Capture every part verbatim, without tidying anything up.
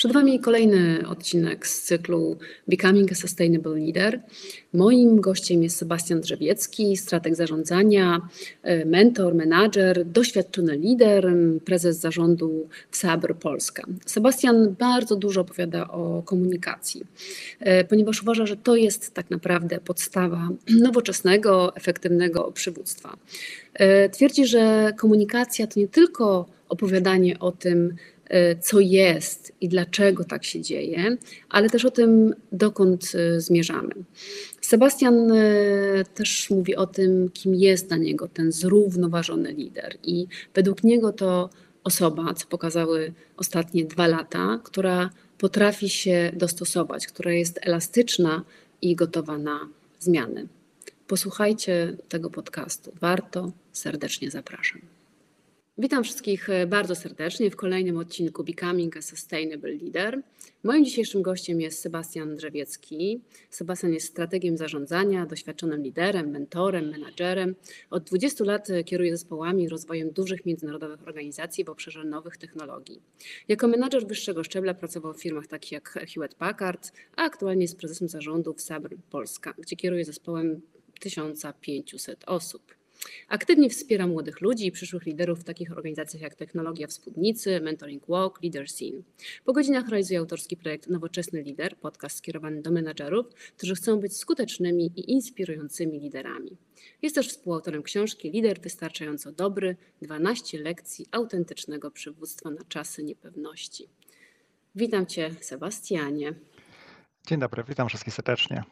Przed Wami kolejny odcinek z cyklu Becoming a Sustainable Leader. Moim gościem jest Sebastian Drzewiecki, strateg zarządzania, mentor, menadżer, doświadczony lider, prezes zarządu w Sabre Polska. Sebastian bardzo dużo opowiada o komunikacji, ponieważ uważa, że to jest tak naprawdę podstawa nowoczesnego, efektywnego przywództwa. Twierdzi, że komunikacja to nie tylko opowiadanie o tym, co jest i dlaczego tak się dzieje, ale też o tym, dokąd zmierzamy. Sebastian też mówi o tym, kim jest dla niego ten zrównoważony lider i według niego to osoba, co pokazały ostatnie dwa lata, która potrafi się dostosować, która jest elastyczna i gotowa na zmiany. Posłuchajcie tego podcastu. Warto, serdecznie zapraszam. Witam wszystkich bardzo serdecznie w kolejnym odcinku Becoming a Sustainable Leader. Moim dzisiejszym gościem jest Sebastian Drzewiecki. Sebastian jest strategiem zarządzania, doświadczonym liderem, mentorem, menadżerem. Od dwudziestu lat kieruje zespołami i rozwojem dużych międzynarodowych organizacji w obszarze nowych technologii. Jako menadżer wyższego szczebla pracował w firmach takich jak Hewlett Packard, a aktualnie jest prezesem zarządu w Sabre Polska, gdzie kieruje zespołem tysiąc pięćset osób. Aktywnie wspiera młodych ludzi i przyszłych liderów w takich organizacjach jak Technologia w Spódnicy, Mentoring Walk, Leader Scene. Po godzinach realizuje autorski projekt Nowoczesny Lider, podcast skierowany do menadżerów, którzy chcą być skutecznymi i inspirującymi liderami. Jest też współautorem książki Lider wystarczająco dobry, dwanaście lekcji autentycznego przywództwa na czasy niepewności. Witam Cię, Sebastianie. Dzień dobry, witam wszystkich serdecznie.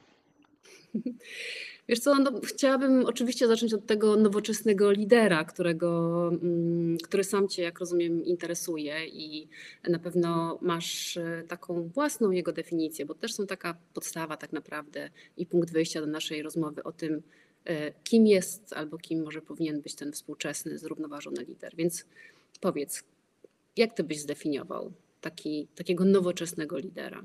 Wiesz co, no, chciałabym oczywiście zacząć od tego nowoczesnego lidera, którego, który sam Cię, jak rozumiem, interesuje i na pewno masz taką własną jego definicję, bo też są taka podstawa tak naprawdę i punkt wyjścia do naszej rozmowy o tym, kim jest albo kim może powinien być ten współczesny, zrównoważony lider. Więc powiedz, jak Ty byś zdefiniował taki, takiego nowoczesnego lidera?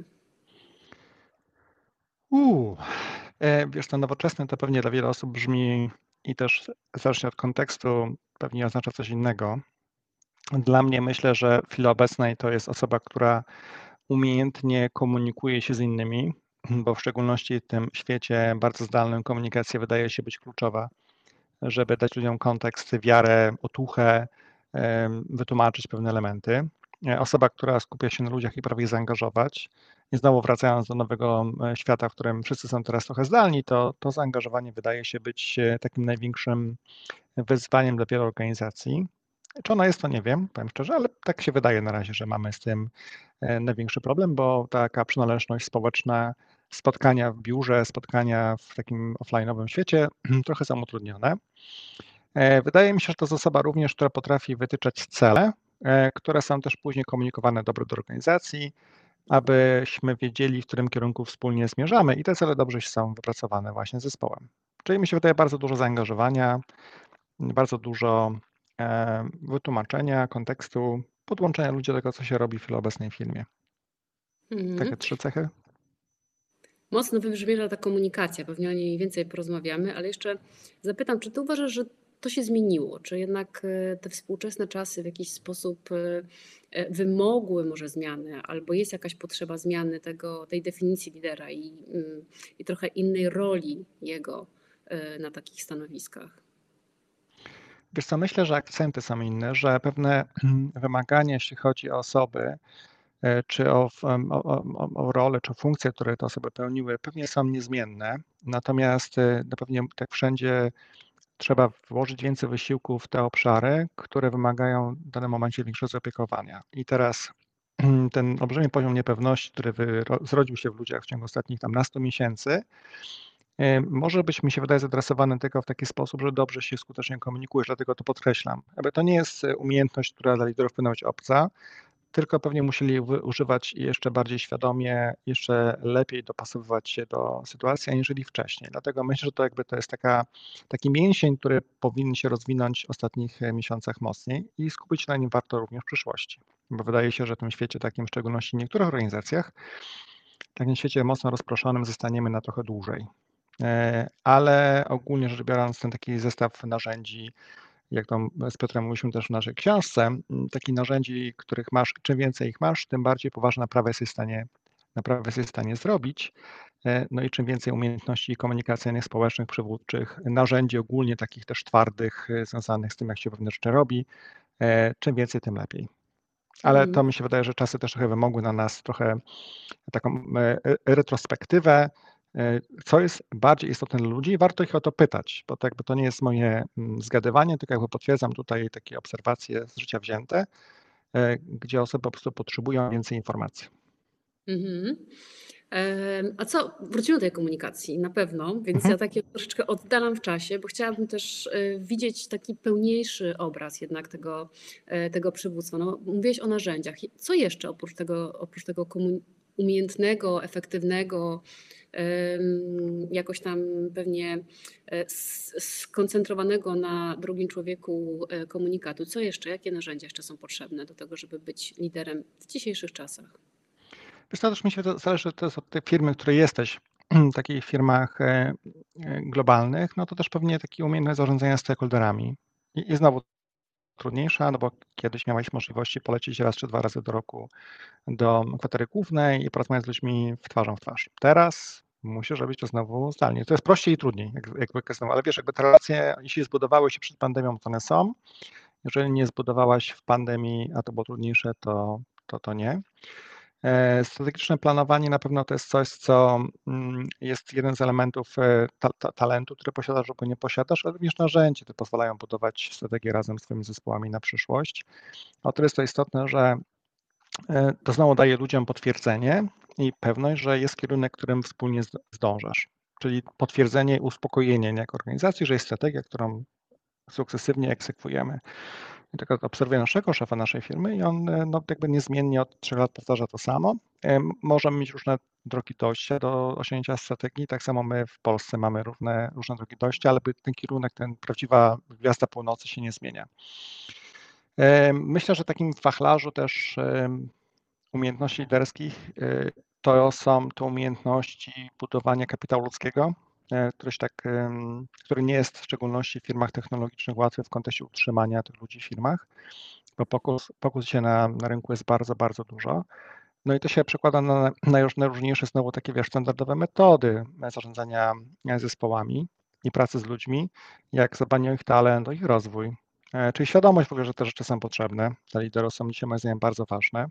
Uuu, wiesz, to nowoczesne to pewnie dla wielu osób brzmi i też zależnie od kontekstu pewnie oznacza coś innego. Dla mnie myślę, że w chwili obecnej to jest osoba, która umiejętnie komunikuje się z innymi, bo w szczególności w tym świecie bardzo zdalnym komunikacja wydaje się być kluczowa, żeby dać ludziom kontekst, wiarę, otuchę, wytłumaczyć pewne elementy. Osoba, która skupia się na ludziach i prawie zaangażować. I znowu wracając do nowego świata, w którym wszyscy są teraz trochę zdalni, to to zaangażowanie wydaje się być takim największym wyzwaniem dla wielu organizacji. Czy ona jest, to nie wiem, powiem szczerze, ale tak się wydaje na razie, że mamy z tym największy problem, bo taka przynależność społeczna, spotkania w biurze, spotkania w takim offline'owym świecie trochę są utrudnione. Wydaje mi się, że to jest osoba również, która potrafi wytyczać cele, które są też później komunikowane dobrze do organizacji, abyśmy wiedzieli, w którym kierunku wspólnie zmierzamy i te cele dobrze są wypracowane właśnie z zespołem. Czyli mi się wydaje bardzo dużo zaangażowania, bardzo dużo wytłumaczenia, kontekstu, podłączenia ludzi do tego, co się robi w obecnej firmie. Mhm. Takie trzy cechy. Mocno wybrzmiewa ta komunikacja, pewnie o niej więcej porozmawiamy, ale jeszcze zapytam, czy Ty uważasz, że to się zmieniło? Czy jednak te współczesne czasy w jakiś sposób wymogły może zmiany, albo jest jakaś potrzeba zmiany tego, tej definicji lidera i, i trochę innej roli jego na takich stanowiskach? Wiesz co, myślę, że akcenty są inne, że pewne wymagania, jeśli chodzi o osoby, czy o, o, o, o role, czy o funkcje, które te osoby pełniły, pewnie są niezmienne. Natomiast no pewnie tak wszędzie trzeba włożyć więcej wysiłku w te obszary, które wymagają w danym momencie większego zaopiekowania. I teraz ten olbrzymi poziom niepewności, który zrodził się w ludziach w ciągu ostatnich tam nastu miesięcy, może być, mi się wydaje, zadresowany tylko w taki sposób, że dobrze się skutecznie komunikujesz, dlatego to podkreślam. Jakby to nie jest umiejętność, która dla liderów powinna być obca, tylko pewnie musieli używać jeszcze bardziej świadomie, jeszcze lepiej dopasowywać się do sytuacji, aniżeli wcześniej. Dlatego myślę, że to jakby to jest taka, taki mięsień, który powinien się rozwinąć w ostatnich miesiącach mocniej i skupić się na nim warto również w przyszłości. Bo wydaje się, że w tym świecie takim, w szczególności w niektórych organizacjach, w takim świecie mocno rozproszonym zostaniemy na trochę dłużej. Ale ogólnie rzecz biorąc, ten taki zestaw narzędzi jak to z Piotrem mówiliśmy też w naszej książce, takich narzędzi, których masz, czym więcej ich masz, tym bardziej poważna naprawę jesteś w stanie, naprawę jesteś w stanie zrobić. No i czym więcej umiejętności komunikacyjnych, społecznych, przywódczych, narzędzi ogólnie takich też twardych, związanych z tym, jak się pewne rzeczy robi, czym więcej, tym lepiej. Ale Mhm. to mi się wydaje, że czasy też trochę wymogły na nas trochę taką retrospektywę, co jest bardziej istotne dla ludzi i warto ich o to pytać, bo to jakby to nie jest moje zgadywanie, tylko jakby potwierdzam tutaj takie obserwacje z życia wzięte, gdzie osoby po prostu potrzebują więcej informacji. Mhm. A co, wrócimy do tej komunikacji na pewno, więc Mhm. ja takie troszeczkę oddalam w czasie, bo chciałabym też widzieć taki pełniejszy obraz jednak tego, tego przywództwa. No, mówiłeś o narzędziach. Co jeszcze oprócz tego, oprócz tego umiejętnego, efektywnego, jakoś tam pewnie skoncentrowanego na drugim człowieku komunikatu, co jeszcze, jakie narzędzia jeszcze są potrzebne do tego, żeby być liderem w dzisiejszych czasach? Wiesz, to też mi się to zależy to jest od tej firmy, w której jesteś. W takich firmach globalnych, no to też pewnie takie umiejętność zarządzania stakeholderami. I, i znowu trudniejsza, no bo kiedyś miałeś możliwości polecieć raz czy dwa razy do roku do kwatery głównej i porozmawiać z ludźmi w twarzą w twarz. Teraz musisz robić to znowu zdalnie. To jest prościej i trudniej, jak, jakby znowu, ale wiesz, jakby te relacje, jeśli zbudowały się przed pandemią, to one są. Jeżeli nie zbudowałaś w pandemii, a to było trudniejsze, to to, to nie. Strategiczne planowanie na pewno to jest coś, co jest jeden z elementów ta, ta, talentu, który posiadasz lub nie posiadasz, ale również narzędzie, które pozwalają budować strategię razem z Twoimi zespołami na przyszłość. O tyle jest to istotne, że to znowu daje ludziom potwierdzenie i pewność, że jest kierunek, którym wspólnie zdążasz. Czyli potwierdzenie i uspokojenie jako organizacji, że jest strategia, którą sukcesywnie egzekwujemy. I tak obserwuję naszego szefa naszej firmy i on no, jakby niezmiennie od trzech lat powtarza to samo. Możemy mieć różne drogi dojścia do osiągnięcia strategii, tak samo my w Polsce mamy różne, różne drogi dojścia, ale ten kierunek, ten prawdziwa gwiazda północy się nie zmienia. Myślę, że takim wachlarzu też umiejętności liderskich to są to umiejętności budowania kapitału ludzkiego, który, tak, który nie jest w szczególności w firmach technologicznych łatwy w kontekście utrzymania tych ludzi w firmach, bo pokus, pokus się na, na rynku jest bardzo, bardzo dużo. No i to się przekłada na najróżniejsze znowu takie, wiesz, standardowe metody zarządzania zespołami i pracy z ludźmi, jak zadbanie o ich talent, o ich rozwój. Czyli świadomość w ogóle, że te rzeczy są potrzebne. Dla liderów są dzisiaj moim zdaniem bardzo ważne.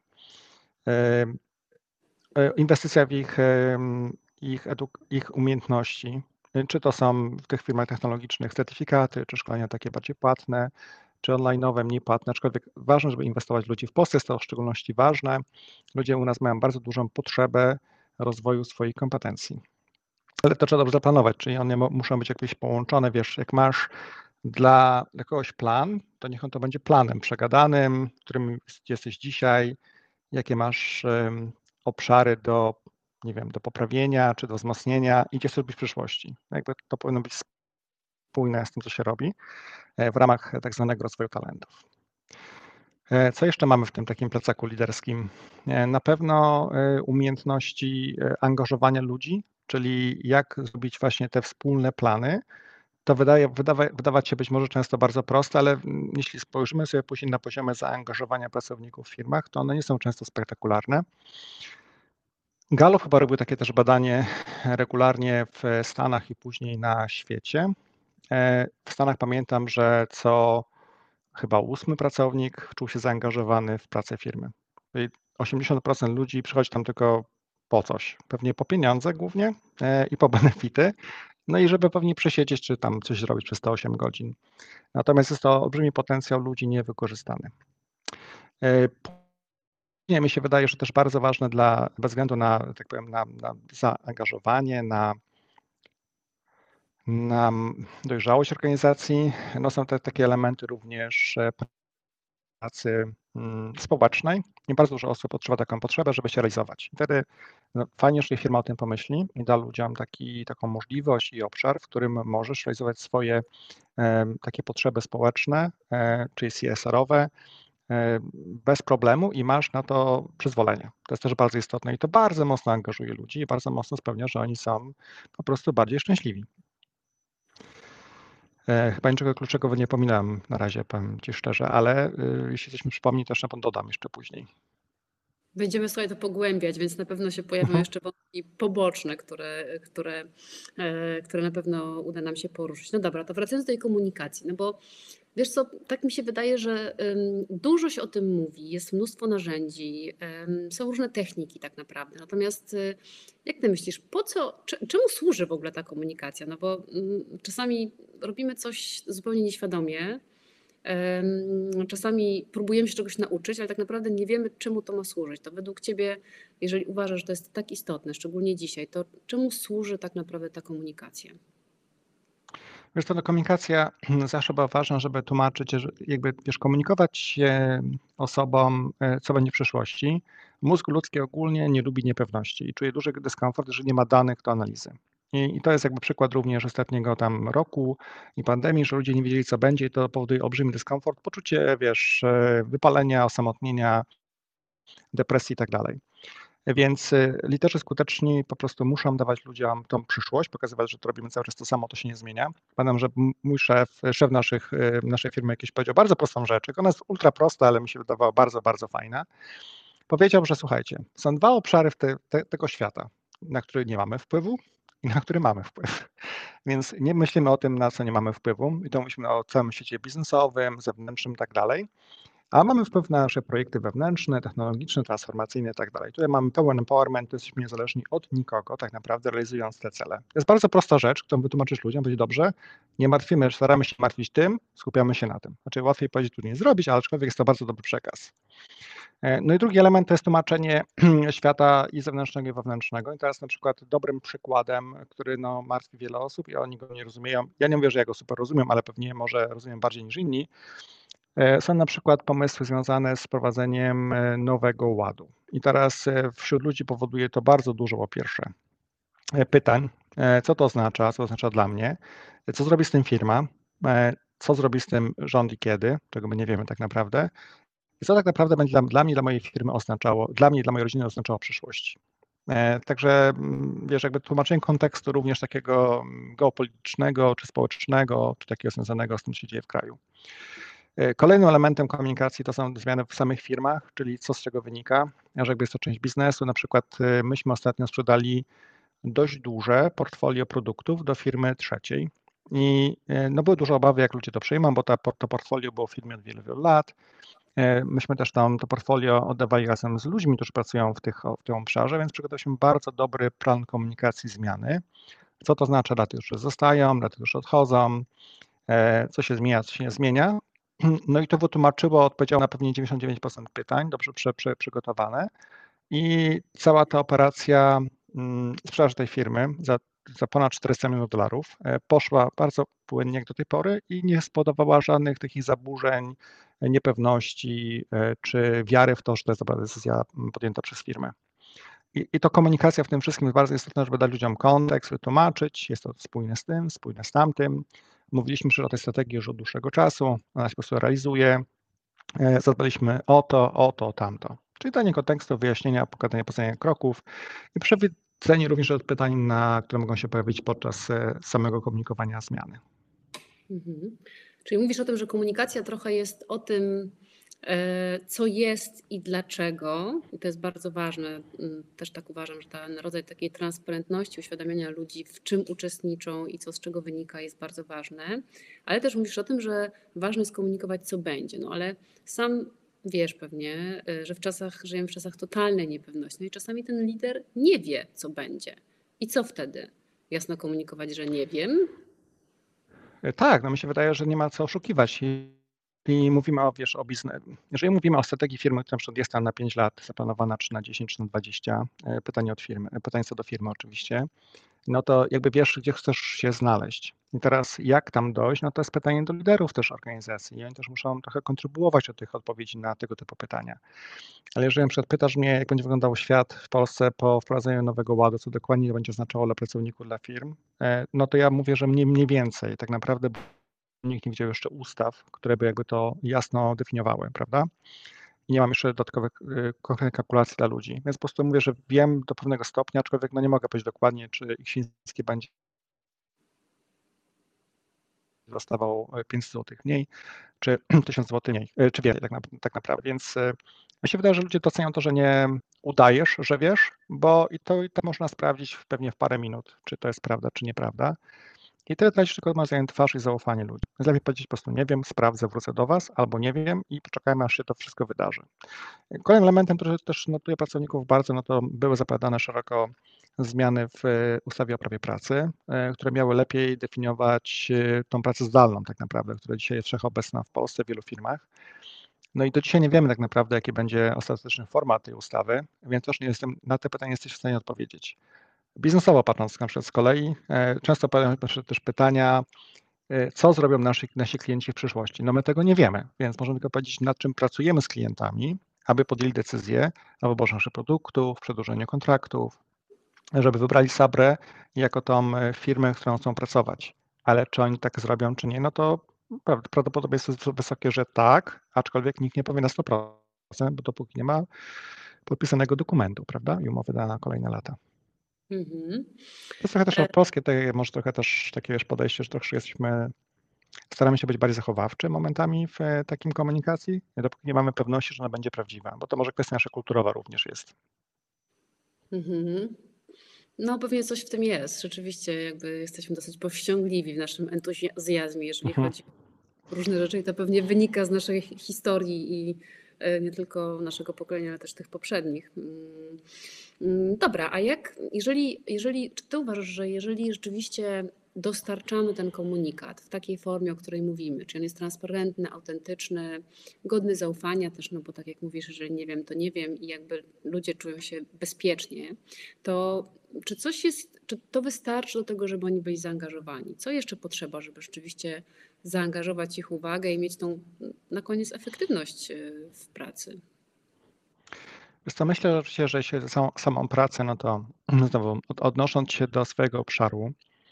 Inwestycja w ich, ich, eduk- ich umiejętności, czy to są w tych firmach technologicznych certyfikaty, czy szkolenia takie bardziej płatne, czy online'owe, mniej płatne, aczkolwiek ważne, żeby inwestować w ludzi. W Polsce jest to w szczególności ważne. Ludzie u nas mają bardzo dużą potrzebę rozwoju swoich kompetencji. Ale to trzeba dobrze zaplanować, czyli one muszą być jakieś połączone, wiesz, jak masz dla kogoś plan, to niech on to będzie planem przegadanym, którym jesteś dzisiaj, jakie masz um, obszary do, nie wiem, do poprawienia czy do wzmocnienia i gdzie chcesz być w przyszłości. Jakby to powinno być spójne z tym, co się robi w ramach tak zwanego rozwoju talentów. Co jeszcze mamy w tym takim plecaku liderskim? Na pewno umiejętności angażowania ludzi, czyli jak zrobić właśnie te wspólne plany. To wydaje, wydawa, wydawać się być może często bardzo proste, ale jeśli spojrzymy sobie później na poziomie zaangażowania pracowników w firmach, to one nie są często spektakularne. Gallup chyba robił takie też badanie regularnie w Stanach i później na świecie. W Stanach pamiętam, że co chyba ósmy pracownik czuł się zaangażowany w pracę firmy. Czyli osiemdziesiąt procent ludzi przychodzi tam tylko po coś, pewnie po pieniądze głównie i po benefity, no i żeby pewnie przesiedzieć, czy tam coś zrobić przez te osiem godzin. Natomiast jest to olbrzymi potencjał ludzi niewykorzystany. Nie, mi się wydaje, że też bardzo ważne dla, bez względu na, tak powiem, na, na zaangażowanie, na, na dojrzałość organizacji, no są te takie elementy również pracy społecznej i bardzo dużo osób odczuwa taką potrzebę, żeby się realizować. Wtedy no, fajnie, że firma o tym pomyśli i da ludziom taki, taką możliwość i obszar, w którym możesz realizować swoje e, takie potrzeby społeczne, e, czyli C S R-owe, bez problemu i masz na to przyzwolenie. To jest też bardzo istotne i to bardzo mocno angażuje ludzi i bardzo mocno spełnia, że oni są po prostu bardziej szczęśliwi. Chyba niczego kluczowego nie pominąłem na razie, powiem Ci szczerze, ale jeśli coś mi przypomni, też na pewno dodam jeszcze później. Będziemy sobie to pogłębiać, więc na pewno się pojawią Mhm. jeszcze wątki poboczne, które, które, które na pewno uda nam się poruszyć. No dobra, to wracając do tej komunikacji, no bo wiesz co, tak mi się wydaje, że dużo się o tym mówi, jest mnóstwo narzędzi, są różne techniki tak naprawdę. Natomiast jak ty myślisz, po co, czemu służy w ogóle ta komunikacja? No bo czasami robimy coś zupełnie nieświadomie, czasami próbujemy się czegoś nauczyć, ale tak naprawdę nie wiemy, czemu to ma służyć. To według ciebie, jeżeli uważasz, że to jest tak istotne, szczególnie dzisiaj, to czemu służy tak naprawdę ta komunikacja? Wiesz co, no komunikacja zawsze była ważna, żeby tłumaczyć, że jakby wiesz, komunikować się osobom, co będzie w przyszłości. Mózg ludzki ogólnie nie lubi niepewności i czuje duży dyskomfort, że nie ma danych do analizy. I, I to jest jakby przykład również ostatniego tam roku i pandemii, że ludzie nie wiedzieli, co będzie i to powoduje olbrzymi dyskomfort, poczucie, wiesz, wypalenia, osamotnienia, depresji i tak dalej. Więc liderzy skuteczni po prostu muszą dawać ludziom tą przyszłość, pokazywać, że to robimy cały czas to samo, to się nie zmienia. Pamiętam, że mój szef, szef naszych, naszej firmy jakiś powiedział bardzo prostą rzecz, ona jest ultra prosta, ale mi się wydawała bardzo, bardzo fajna. Powiedział, że słuchajcie, są dwa obszary w te, te, tego świata, na które nie mamy wpływu i na które mamy wpływ. Więc nie myślimy o tym, na co nie mamy wpływu i to myślimy o całym świecie biznesowym, zewnętrznym i tak dalej. A mamy wpływ na nasze projekty wewnętrzne, technologiczne, transformacyjne i tak dalej. Tutaj mamy pełen empowerment, jesteśmy niezależni od nikogo, tak naprawdę realizując te cele. To jest bardzo prosta rzecz, którą wytłumaczysz ludziom, będzie dobrze, nie martwimy, staramy się martwić tym, skupiamy się na tym. Znaczy łatwiej powiedzieć, tu nie zrobić, ale aczkolwiek jest to bardzo dobry przekaz. No i drugi element to jest tłumaczenie świata i zewnętrznego i wewnętrznego. I teraz na przykład dobrym przykładem, który no, martwi wiele osób i oni go nie rozumieją. Ja nie mówię, że ja go super rozumiem, ale pewnie może rozumiem bardziej niż inni. Są na przykład pomysły związane z prowadzeniem nowego ładu. I teraz wśród ludzi powoduje to bardzo dużo, po pierwsze, pytań, co to oznacza, co to oznacza dla mnie, co zrobi z tym firma, co zrobi z tym rząd i kiedy, czego my nie wiemy tak naprawdę, i co tak naprawdę będzie dla, dla mnie, dla mojej firmy oznaczało, dla mnie i dla mojej rodziny oznaczało przyszłość. Także wiesz, jakby tłumaczenie kontekstu również takiego geopolitycznego, czy społecznego, czy takiego związanego z tym, co się dzieje w kraju. Kolejnym elementem komunikacji to są zmiany w samych firmach, czyli co z czego wynika, że jakby jest to część biznesu. Na przykład myśmy ostatnio sprzedali dość duże portfolio produktów do firmy trzeciej i no były duże obawy, jak ludzie to przyjmą, bo ta, to portfolio było w firmie od wielu, wielu lat. Myśmy też tam to portfolio oddawali razem z ludźmi, którzy pracują w, tych, w tym obszarze, więc przygotowaliśmy bardzo dobry plan komunikacji zmiany. Co to znaczy dla tych, którzy zostają, dla tych, którzy odchodzą, co się zmienia, co się nie zmienia. No i to wytłumaczyło, odpowiedziało na pewnie dziewięćdziesiąt dziewięć procent pytań, dobrze przy, przy, przygotowane. I cała ta operacja mm, sprzedaży tej firmy za, za ponad czterysta milionów dolarów poszła bardzo płynnie jak do tej pory i nie spowodowała żadnych takich zaburzeń, niepewności czy wiary w to, że to jest dobra decyzja podjęta przez firmę. I, I to komunikacja w tym wszystkim jest bardzo istotna, żeby dać ludziom kontekst, wytłumaczyć, jest to spójne z tym, spójne z tamtym. Mówiliśmy już o tej strategii już od dłuższego czasu, ona się po prostu realizuje. Zadbaliśmy o to, o to, tamto. Czyli danie kontekstu, wyjaśnienia, pokazanie postawienia kroków i przewidzenie również od pytań, na, które mogą się pojawić podczas samego komunikowania zmiany. Mhm. Czyli mówisz o tym, że komunikacja trochę jest o tym, co jest i dlaczego. I to jest bardzo ważne. Też tak uważam, że ten rodzaj takiej transparentności, uświadamiania ludzi, w czym uczestniczą i co z czego wynika, jest bardzo ważne. Ale też mówisz o tym, że ważne jest komunikować, co będzie. No ale sam wiesz pewnie, że w czasach, żyjemy w czasach totalnej niepewności. No i czasami ten lider nie wie, co będzie. I co wtedy? Jasno komunikować, że nie wiem. Tak, no mi się wydaje, że nie ma co oszukiwać. I mówimy o, wiesz, o biznesie. Jeżeli mówimy o strategii firmy, która jest tam na pięć lat zaplanowana, czy na dziesięć, czy na dwadzieścia, pytanie od firmy, pytanie co do firmy oczywiście, no to jakby wiesz, gdzie chcesz się znaleźć. I teraz jak tam dojść, no to jest pytanie do liderów też organizacji i oni też muszą trochę kontrybuować do tych odpowiedzi na tego typu pytania. Ale jeżeli na przykład pytasz mnie, jak będzie wyglądał świat w Polsce po wprowadzeniu nowego ładu, co dokładnie będzie oznaczało dla pracowników, dla firm, no to ja mówię, że mniej, mniej więcej. Tak naprawdę nikt nie widział jeszcze ustaw, które by jakby to jasno definiowały, prawda? I nie mam jeszcze dodatkowych konkretnych kalkulacji dla ludzi. Więc po prostu mówię, że wiem do pewnego stopnia, aczkolwiek no nie mogę powiedzieć dokładnie, czy ich chińskie będzie dostawał pięćset złotych mniej, czy tysiąc złotych mniej, czy więcej tak, na, tak naprawdę. Więc mi się wydaje, że ludzie doceniają to, że nie udajesz, że wiesz, bo i to, i to można sprawdzić w, pewnie w parę minut, czy to jest prawda, czy nieprawda. I tyle tracisz tylko mazajem twarz i zaufanie ludzi. Więc lepiej powiedzieć po prostu nie wiem, sprawdzę, wrócę do Was, albo nie wiem i poczekajmy, aż się to wszystko wydarzy. Kolejnym elementem, który też notuje pracowników bardzo, no to były zapowiadane szeroko zmiany w ustawie o prawie pracy, które miały lepiej definiować tą pracę zdalną tak naprawdę, która dzisiaj jest wszechobecna w Polsce w wielu firmach. No i do dzisiaj nie wiemy tak naprawdę, jaki będzie ostateczny format tej ustawy, więc też nie jestem, na te pytania jesteś w stanie odpowiedzieć. Biznesowo patrząc na przykład z kolei, często pojawiają się też pytania, co zrobią nasi, nasi klienci w przyszłości. No my tego nie wiemy, więc możemy tylko powiedzieć, nad czym pracujemy z klientami, aby podjęli decyzję o wyborze naszych produktów, przedłużeniu kontraktów, żeby wybrali Sabrę jako tą firmę, w którą chcą pracować. Ale czy oni tak zrobią, czy nie, no to prawdopodobieństwo jest wysokie, że tak, aczkolwiek nikt nie powie na sto procent, bo dopóki nie ma podpisanego dokumentu, prawda, i umowy na kolejne lata. Mhm. To jest trochę też E, polskie, takie, może trochę też takie wiesz, podejście, że troszkę jesteśmy, staramy się być bardziej zachowawczy momentami w takim komunikacji, dopóki nie mamy pewności, że ona będzie prawdziwa, bo to może kwestia nasza kulturowa również jest. Mhm. No pewnie coś w tym jest. Rzeczywiście jakby jesteśmy dosyć powściągliwi w naszym entuzjazmie, jeżeli Mhm. chodzi o różne rzeczy i to pewnie wynika z naszej hi- historii i e, nie tylko naszego pokolenia, ale też tych poprzednich. Mm, mm, Dobra, a jak, jeżeli, jeżeli, czy ty uważasz, że jeżeli rzeczywiście dostarczamy ten komunikat w takiej formie, o której mówimy, czy on jest transparentny, autentyczny, godny zaufania też, no bo tak jak mówisz, jeżeli nie wiem, to nie wiem i jakby ludzie czują się bezpiecznie, to czy coś jest, czy to wystarczy do tego, żeby oni byli zaangażowani? Co jeszcze potrzeba, żeby rzeczywiście zaangażować ich uwagę i mieć tą na koniec efektywność y, w pracy? Wiesz co, myślę oczywiście, że jeśli samą, samą pracę, no to znowu od- odnosząc się do swojego obszaru,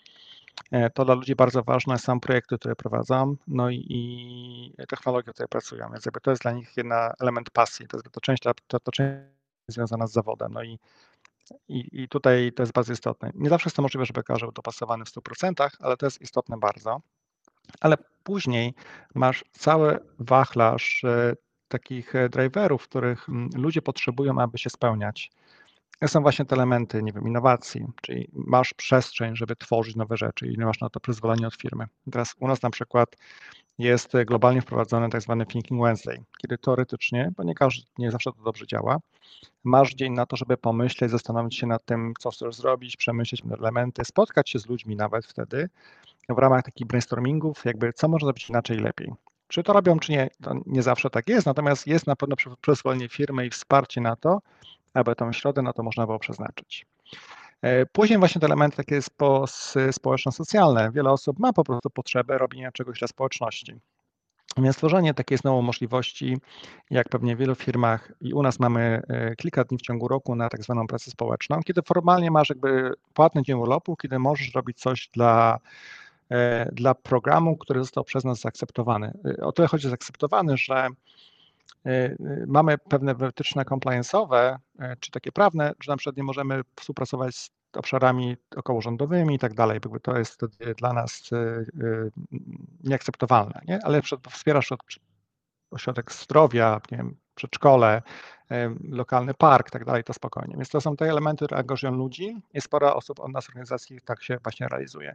e, to dla ludzi bardzo ważne są projekty, które prowadzą, no i, i technologie, które pracują, więc jakby to jest dla nich jeden element pasji, to jest to część, to, to część związana z zawodem, no i, i, i tutaj to jest bardzo istotne. Nie zawsze jest to możliwe, żeby każdy był dopasowany w stu procentach, ale to jest istotne bardzo. Ale później masz cały wachlarz e, takich e, driverów, których mm, ludzie potrzebują, aby się spełniać. To są właśnie te elementy, nie wiem, innowacji, czyli masz przestrzeń, żeby tworzyć nowe rzeczy i nie masz na to przyzwolenie od firmy. Teraz u nas na przykład jest globalnie wprowadzony tak zwany Thinking Wednesday, kiedy teoretycznie, bo nie każdy, nie zawsze to dobrze działa, masz dzień na to, żeby pomyśleć, zastanowić się nad tym, co chcesz zrobić, przemyśleć elementy, spotkać się z ludźmi nawet wtedy, w ramach takich brainstormingów, jakby co można zrobić inaczej i lepiej. Czy to robią, czy nie, to nie zawsze tak jest, natomiast jest na pewno przyzwolenie firmy i wsparcie na to, aby tą środę na to można było przeznaczyć. E, Później właśnie te elementy takie spo, społeczno-socjalne. Wiele osób ma po prostu potrzebę robienia czegoś dla społeczności. Więc tworzenie takiej znowu możliwości, jak pewnie w wielu firmach i u nas mamy e, kilka dni w ciągu roku na tak zwaną pracę społeczną, kiedy formalnie masz jakby płatny dzień urlopu, kiedy możesz robić coś dla e, dla programu, który został przez nas zaakceptowany. E, O tyle chodzi o zaakceptowany, że e, e, mamy pewne wytyczne compliance'owe, e, czy takie prawne, że na przykład nie możemy współpracować z obszarami okołorządowymi i tak dalej. Jakby to jest wtedy dla nas e, e, nieakceptowalne, nie? Ale na przykład wspierasz od- ośrodek zdrowia, nie wiem, przedszkole, e, lokalny park i tak dalej, to spokojnie. Więc to są te elementy, które angażują ludzi i sporo osób od nas organizacji tak się właśnie realizuje.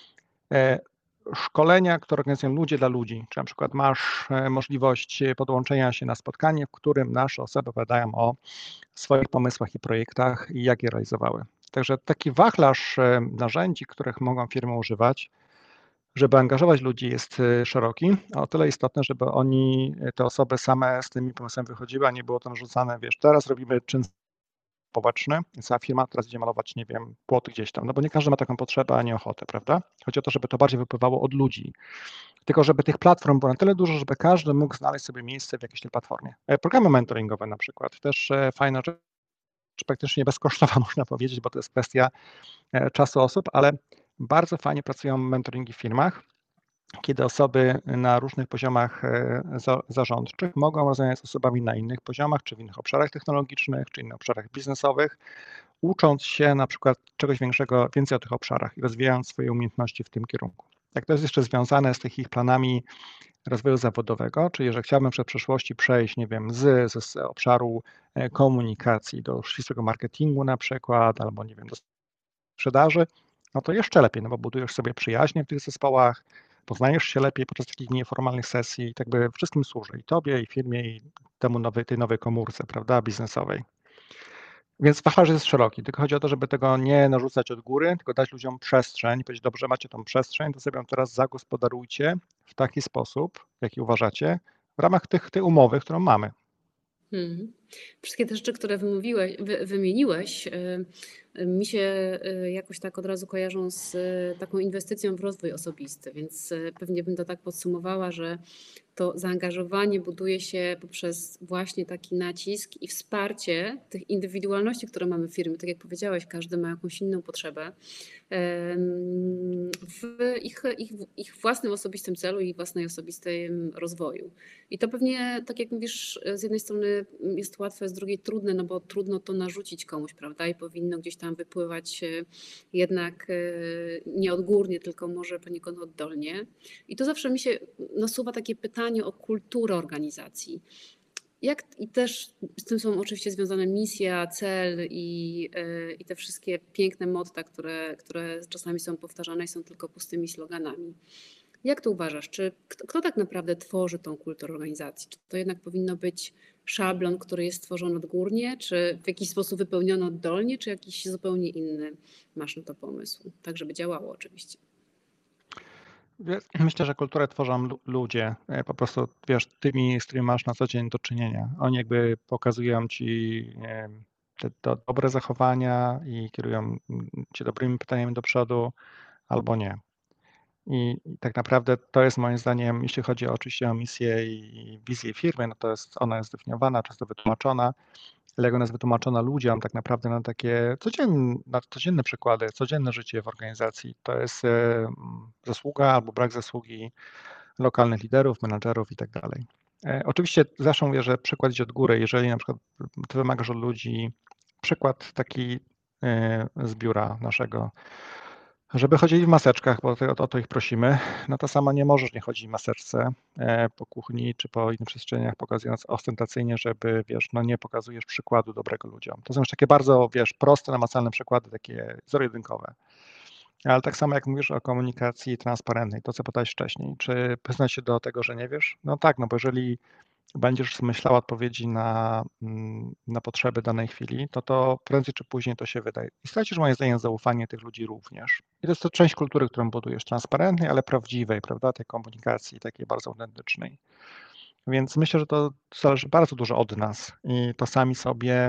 E, Szkolenia, które organizują ludzie dla ludzi, czy na przykład masz e, możliwość podłączenia się na spotkanie, w którym nasze osoby opowiadają o swoich pomysłach i projektach i jak je realizowały. Także taki wachlarz e, narzędzi, których mogą firmy używać, żeby angażować ludzi, jest e, szeroki, a o tyle istotne, żeby oni, e, te osoby same z tymi pomysłami wychodziły, a nie było to narzucane, wiesz, teraz robimy czyn społeczny, cała firma teraz idzie malować, nie wiem, płoty gdzieś tam, no bo nie każdy ma taką potrzebę, ani ochotę, prawda? Chodzi o to, żeby to bardziej wypływało od ludzi, tylko żeby tych platform było na tyle dużo, żeby każdy mógł znaleźć sobie miejsce w jakiejś tej platformie. E, Programy mentoringowe na przykład, też e, fajna rzecz, praktycznie bezkosztowa można powiedzieć, bo to jest kwestia e, czasu osób, ale bardzo fajnie pracują mentoringi w firmach, kiedy osoby na różnych poziomach e, za- zarządczych mogą rozmawiać z osobami na innych poziomach, czy w innych obszarach technologicznych, czy innych obszarach biznesowych, ucząc się na przykład czegoś większego, więcej o tych obszarach i rozwijając swoje umiejętności w tym kierunku. jak to jest jeszcze związane z tych ich planami rozwoju zawodowego, czyli że chciałbym w przyszłości przejść, nie wiem, z, z, z obszaru komunikacji do ścisłego marketingu na przykład, albo nie wiem, do sprzedaży, no to jeszcze lepiej, no bo budujesz sobie przyjaźnie w tych zespołach, poznajesz się lepiej podczas takich nieformalnych sesji i tak by wszystkim służy, i tobie, i firmie, i temu nowej, tej nowej komórce, prawda, biznesowej. Więc wachlarz jest szeroki, tylko chodzi o to, żeby tego nie narzucać od góry, tylko dać ludziom przestrzeń, powiedzieć, dobrze, macie tą przestrzeń, to sobie ją teraz zagospodarujcie w taki sposób, jaki uważacie, w ramach tych, tej umowy, którą mamy. Hmm. Wszystkie te rzeczy, które wymówiłeś, wy, wymieniłeś, y, mi się y, jakoś tak od razu kojarzą z y, taką inwestycją w rozwój osobisty, więc y, pewnie bym to tak podsumowała, że to zaangażowanie buduje się poprzez właśnie taki nacisk i wsparcie tych indywidualności, które mamy w firmie. Tak jak powiedziałeś, każdy ma jakąś inną potrzebę w ich, ich, ich własnym osobistym celu i własnej osobistym rozwoju. I to pewnie, tak jak mówisz, z jednej strony jest łatwe, z drugiej trudne, no bo trudno to narzucić komuś, prawda? I powinno gdzieś tam wypływać jednak nie odgórnie, tylko może poniekąd oddolnie. I tu zawsze mi się nasuwa takie pytanie o kulturę organizacji. Jak, I też z tym są oczywiście związane misja, cel i, i te wszystkie piękne motta, które, które czasami są powtarzane i są tylko pustymi sloganami. Jak to uważasz? Czy kto, kto tak naprawdę tworzy tą kulturę organizacji? Czy to jednak powinno być szablon, który jest stworzony odgórnie, czy w jakiś sposób wypełniony oddolnie, czy jakiś zupełnie inny masz na to pomysł? Tak, żeby działało oczywiście. Myślę, że kulturę tworzą ludzie, po prostu wiesz, tymi, z którymi masz na co dzień do czynienia. Oni jakby pokazują ci nie wiem, te, te dobre zachowania i kierują cię dobrymi pytaniami do przodu, albo nie. I, I tak naprawdę to jest moim zdaniem, jeśli chodzi oczywiście o misję i wizję firmy, no to jest, ona jest zdefiniowana, często wytłumaczona, ale jak ona jest wytłumaczona ludziom tak naprawdę na takie codzienne, na codzienne przykłady, codzienne życie w organizacji, to jest e, zasługa albo brak zasługi lokalnych liderów, menadżerów i tak dalej. E, oczywiście zawsze mówię, że przykład idzie od góry. Jeżeli na przykład ty wymagasz od ludzi, przykład taki e, z biura naszego, żeby chodzili w maseczkach, bo o, o to ich prosimy, no to sama nie możesz nie chodzić w maseczce e, po kuchni czy po innych przestrzeniach, pokazując ostentacyjnie, żeby, wiesz, no nie pokazujesz przykładu dobrego ludziom. To są już takie bardzo, wiesz, proste, namacalne przykłady, takie zero-jedynkowe. Ale tak samo jak mówisz o komunikacji transparentnej, to co pytałeś wcześniej, czy przyznać się do tego, że nie wiesz? No tak, no bo jeżeli będziesz zmyślał odpowiedzi na, na potrzeby danej chwili, to to prędzej czy później to się wydaje. I stracisz moim zdaniem zaufanie tych ludzi również. I to jest to część kultury, którą budujesz, transparentnej, ale prawdziwej, prawda, tej komunikacji, takiej bardzo autentycznej. Więc myślę, że to zależy bardzo dużo od nas i to sami sobie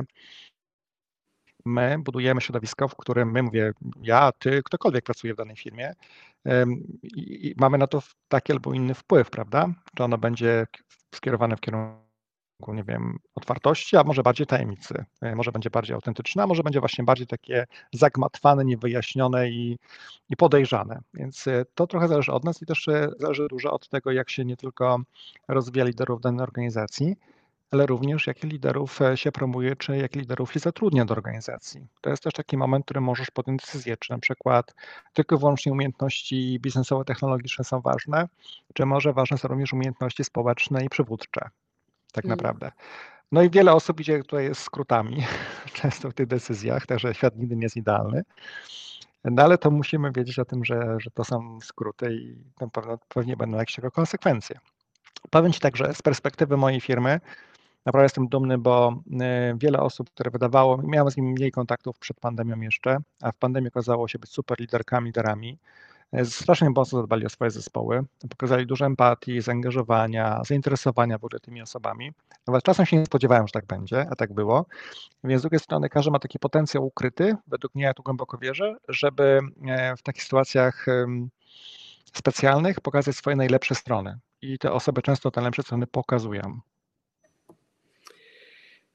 my budujemy środowisko, w którym my, mówię, ja, ty, ktokolwiek pracuje w danej firmie i mamy na to taki albo inny wpływ, prawda? Czy ono będzie skierowane w kierunku, nie wiem, otwartości, a może bardziej tajemnicy, może będzie bardziej autentyczne, a może będzie właśnie bardziej takie zagmatwane, niewyjaśnione i, i podejrzane. Więc to trochę zależy od nas i też zależy dużo od tego, jak się nie tylko rozwija liderów danej organizacji, ale również jakich liderów się promuje, czy jakich liderów się zatrudnia do organizacji. To jest też taki moment, w którym możesz podjąć decyzję, czy na przykład tylko i wyłącznie umiejętności biznesowe, technologiczne są ważne, czy może ważne są również umiejętności społeczne i przywódcze, tak Hmm. naprawdę. No i wiele osób idzie tutaj z skrótami, często w tych decyzjach, także świat nigdy nie jest idealny. No ale to musimy wiedzieć o tym, że, że to są skróty i na pewno pewnie będą jakieś tego konsekwencje. Powiem Ci tak, że z perspektywy mojej firmy naprawdę jestem dumny, bo wiele osób, które wydawało, miałem z nimi mniej kontaktów przed pandemią jeszcze, a w pandemii okazało się być super liderkami, liderami. Strasznie mocno zadbali o swoje zespoły, pokazali dużo empatii, zaangażowania, zainteresowania w ogóle tymi osobami. Nawet czasem się nie spodziewałem, że tak będzie, a tak było. Więc z drugiej strony każdy ma taki potencjał ukryty, według mnie, ja tu głęboko wierzę, żeby w takich sytuacjach specjalnych pokazać swoje najlepsze strony. I te osoby często te najlepsze strony pokazują.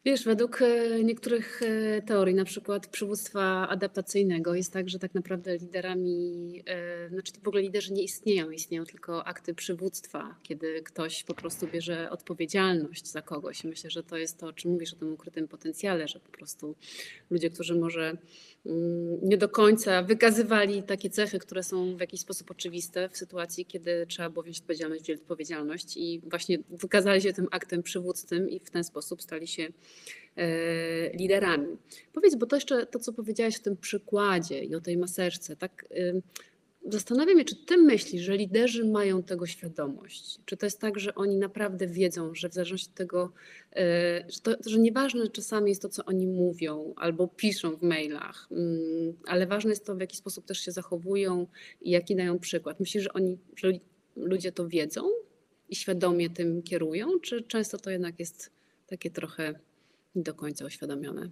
Wiesz, według e, niektórych e, teorii, na przykład przywództwa adaptacyjnego, jest tak, że tak naprawdę liderami, e, znaczy w ogóle liderzy nie istnieją, istnieją tylko akty przywództwa, kiedy ktoś po prostu bierze odpowiedzialność za kogoś. Myślę, że to jest to, o czym mówisz, o tym ukrytym potencjale, że po prostu ludzie, którzy może mm, nie do końca wykazywali takie cechy, które są w jakiś sposób oczywiste w sytuacji, kiedy trzeba było wziąć odpowiedzialność, wziąć odpowiedzialność i właśnie wykazali się tym aktem przywództwem i w ten sposób stali się e, liderami. Powiedz, bo to jeszcze to, co powiedziałaś w tym przykładzie i o tej maseczce, tak y, zastanawiam się, czy ty myślisz, że liderzy mają tego świadomość? Czy to jest tak, że oni naprawdę wiedzą, że w zależności od tego, e, że, to, że nieważne czasami jest to, co oni mówią albo piszą w mailach, mm, ale ważne jest to, w jaki sposób też się zachowują i jaki dają przykład. Myślisz, że oni, że ludzie to wiedzą i świadomie tym kierują, czy często to jednak jest takie trochę nie do końca uświadomione?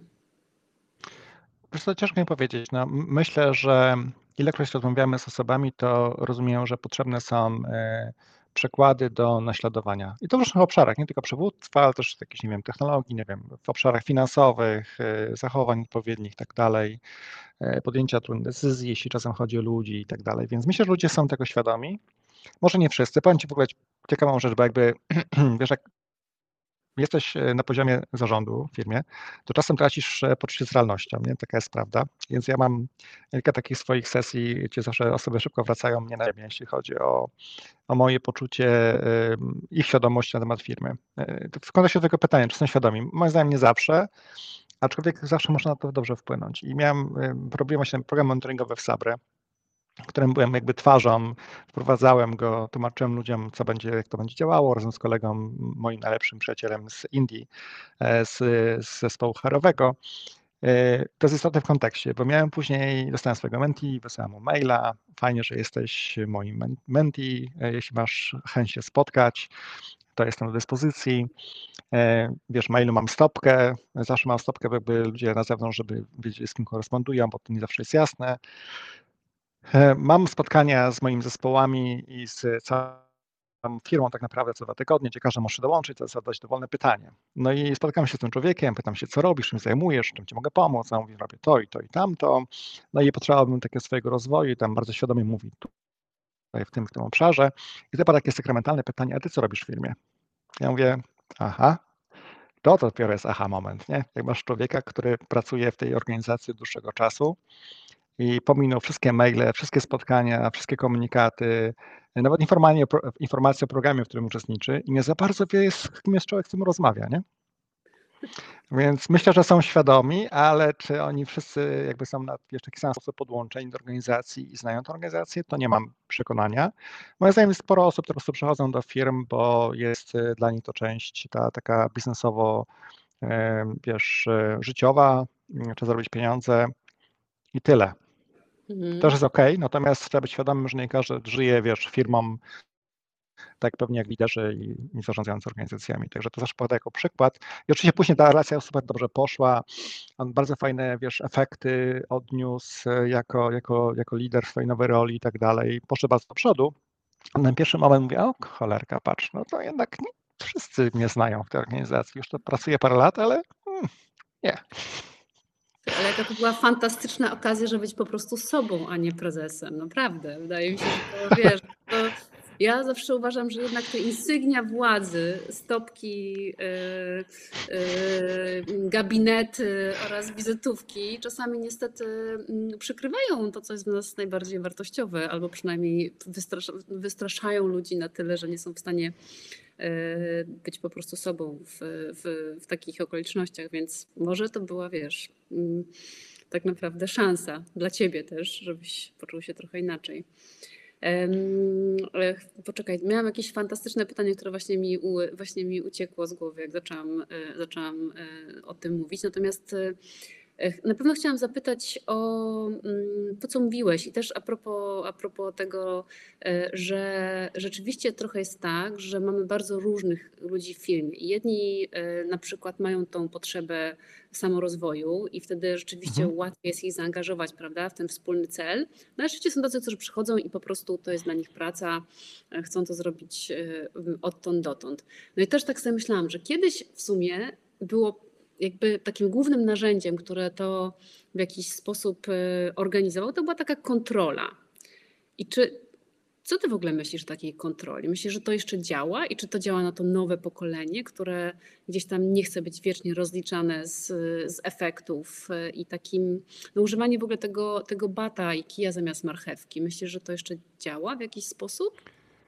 Wiesz co, ciężko mi powiedzieć. No, m- myślę, że ilekroć rozmawiamy z osobami, to rozumieją, że potrzebne są e, przykłady do naśladowania. I to w różnych obszarach, nie tylko przywództwa, ale też jakichś, nie wiem, technologii, nie wiem, w obszarach finansowych, e, zachowań odpowiednich i tak dalej, e, podjęcia trudnych decyzji, jeśli czasem chodzi o ludzi i tak dalej. Więc myślę, że ludzie są tego świadomi. Może nie wszyscy. Powiem Ci w ogóle ciekawą rzecz, bo jakby, wiesz, jak jesteś e, na poziomie zarządu w firmie, to czasem tracisz e, poczucie z realnością, nie? Taka jest prawda. Więc ja mam kilka takich swoich sesji, gdzie zawsze osoby szybko wracają mnie na ziemię, jeśli chodzi o, o moje poczucie, ym, ich świadomości na temat firmy. E, to w kontekście tego pytania, czy są świadomi? Moim zdaniem nie zawsze, aczkolwiek zawsze można na to dobrze wpłynąć. I miałem, ym, robiłem właśnie program monitoringowy w Sabre, którym byłem jakby twarzą, wprowadzałem go, tłumaczyłem ludziom, co będzie, jak to będzie działało, razem z kolegą, moim najlepszym przyjacielem z Indii, e, z, z zespołu herowego. E, To jest istotne w kontekście, bo miałem później, dostałem swojego menti, wysłałem mu maila, fajnie, że jesteś moim men- menti, e, jeśli masz chęć się spotkać, to jestem do dyspozycji. E, Wiesz, mailu mam stopkę, zawsze mam stopkę, bo jakby ludzie na zewnątrz, żeby wiedzieć, z kim korespondują, bo to nie zawsze jest jasne. E, Mam spotkania z moimi zespołami i z całą firmą tak naprawdę co dwa tygodnie, gdzie każdy może dołączyć, to zadać dowolne pytanie. No i spotykam się z tym człowiekiem, pytam się, co robisz, czym zajmujesz, czym ci mogę pomóc. A on mówi, robię to i to i tamto. No i potrzebowałbym takiego swojego rozwoju i tam bardzo świadomie mówi tutaj w tym, w tym obszarze. I to było takie sakramentalne pytanie, a ty co robisz w firmie? Ja mówię, aha, to to dopiero jest aha moment, nie? Jak masz człowieka, który pracuje w tej organizacji od dłuższego czasu, i pominął wszystkie maile, wszystkie spotkania, wszystkie komunikaty, nawet informacje, informacje o programie, w którym uczestniczy i nie za bardzo wie, z kim jest człowiek, z którym rozmawia, nie? Więc myślę, że są świadomi, ale czy oni wszyscy jakby są na wiesz, taki sam sposób podłączeni do organizacji i znają tę organizację, to nie mam przekonania. Moim zdaniem jest sporo osób, które po prostu przychodzą do firm, bo jest y, dla nich to część ta taka biznesowo, y, wiesz, y, życiowa, y, trzeba zarobić pieniądze i tyle. To też Mhm. jest ok, natomiast trzeba być świadomym, że nie każdy żyje, wiesz, firmą, tak pewnie jak liderzy i, i zarządzający organizacjami. Także to zawsze podaję jako przykład. I oczywiście później ta relacja super dobrze poszła. On bardzo fajne, wiesz, efekty odniósł jako, jako, jako lider w swojej nowej roli i tak dalej. Poszedł bardzo do przodu. A na pierwszy moment mówię, o cholerka, patrz, no to jednak nie wszyscy mnie znają w tej organizacji. Już to pracuję parę lat, ale hmm, nie. Ale jaka to była fantastyczna okazja, żeby być po prostu sobą, a nie prezesem. Naprawdę. Wydaje mi się, że to wiesz, to ja zawsze uważam, że jednak te insygnia władzy, stopki, yy, yy, gabinety oraz wizytówki czasami niestety mm, przykrywają to, co jest w nas najbardziej wartościowe, albo przynajmniej wystrasza, wystraszają ludzi na tyle, że nie są w stanie e, być po prostu sobą w, w, w takich okolicznościach, więc może to była, wiesz, mm, tak naprawdę szansa dla ciebie też, żebyś poczuł się trochę inaczej. Em, e, Poczekaj, miałam jakieś fantastyczne pytanie, które właśnie mi, u- właśnie mi uciekło z głowy, jak zaczęłam, e, zaczęłam e, o tym mówić. Natomiast e, na pewno chciałam zapytać o mm, to, co mówiłeś i też a propos, a propos tego, e, że rzeczywiście trochę jest tak, że mamy bardzo różnych ludzi w firmie. I jedni e, na przykład mają tą potrzebę samorozwoju i wtedy rzeczywiście Mhm. łatwiej jest ich zaangażować, prawda, w ten wspólny cel. No ale rzeczywiście są tacy, którzy przychodzą i po prostu to jest dla nich praca, e, chcą to zrobić e, odtąd dotąd. No i też tak sobie myślałam, że kiedyś w sumie było jakby takim głównym narzędziem, które to w jakiś sposób organizował, to była taka kontrola. I czy, co ty w ogóle myślisz o takiej kontroli? Myślisz, że to jeszcze działa i czy to działa na to nowe pokolenie, które gdzieś tam nie chce być wiecznie rozliczane z, z efektów i takim, no używanie w ogóle tego, tego bata i kija zamiast marchewki. Myślisz, że to jeszcze działa w jakiś sposób?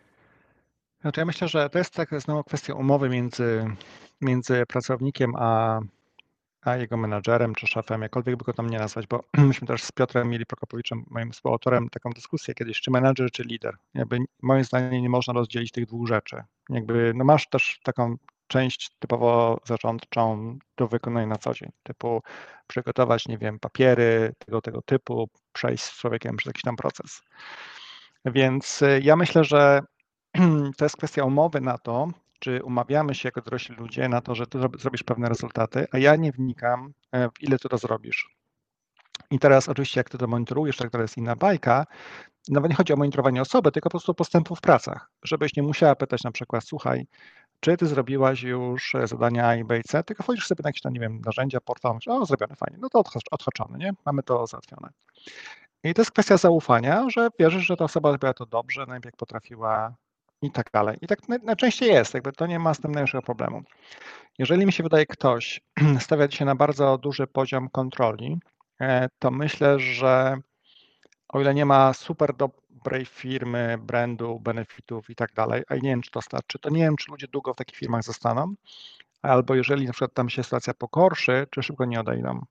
Znaczy ja myślę, że to jest tak znowu kwestia umowy między, między pracownikiem a, a jego menadżerem czy szefem, jakkolwiek by go tam nie nazwać, bo myśmy też z Piotrem mieli Prokopowiczem, moim współautorem, taką dyskusję kiedyś, czy menadżer, czy lider. Jakby moim zdaniem nie można rozdzielić tych dwóch rzeczy. Jakby, no masz też taką część typowo zarządczą do wykonania na co dzień, typu przygotować, nie wiem, papiery tego, tego typu, przejść z człowiekiem przez jakiś tam proces. Więc y, ja myślę, że to jest kwestia umowy na to, czy umawiamy się jako dorośli ludzie na to, że ty zrobisz pewne rezultaty, a ja nie wnikam, w ile ty to zrobisz. I teraz oczywiście jak ty to monitorujesz, tak to jest inna bajka. Nawet nie chodzi o monitorowanie osoby, tylko po prostu postępu w pracach, żebyś nie musiała pytać na przykład, słuchaj, czy ty zrobiłaś już zadania A i B i C, tylko wchodzisz sobie na jakieś tam, nie wiem, narzędzia, portal, mówisz, o, zrobione, fajnie, no to odhaczone, nie? Mamy to załatwione. I to jest kwestia zaufania, że wierzysz, że ta osoba zrobiła to dobrze, najlepiej jak potrafiła i tak dalej. I tak najczęściej jest, jakby to nie ma z tym najmniejszego problemu. Jeżeli mi się wydaje, ktoś stawia się na bardzo duży poziom kontroli, to myślę, że o ile nie ma super dobrej firmy, brandu, benefitów i tak dalej, a nie wiem, czy to starczy, to nie wiem, czy ludzie długo w takich firmach zostaną, albo jeżeli na przykład tam się sytuacja pogorszy, czy szybko nie odejdą.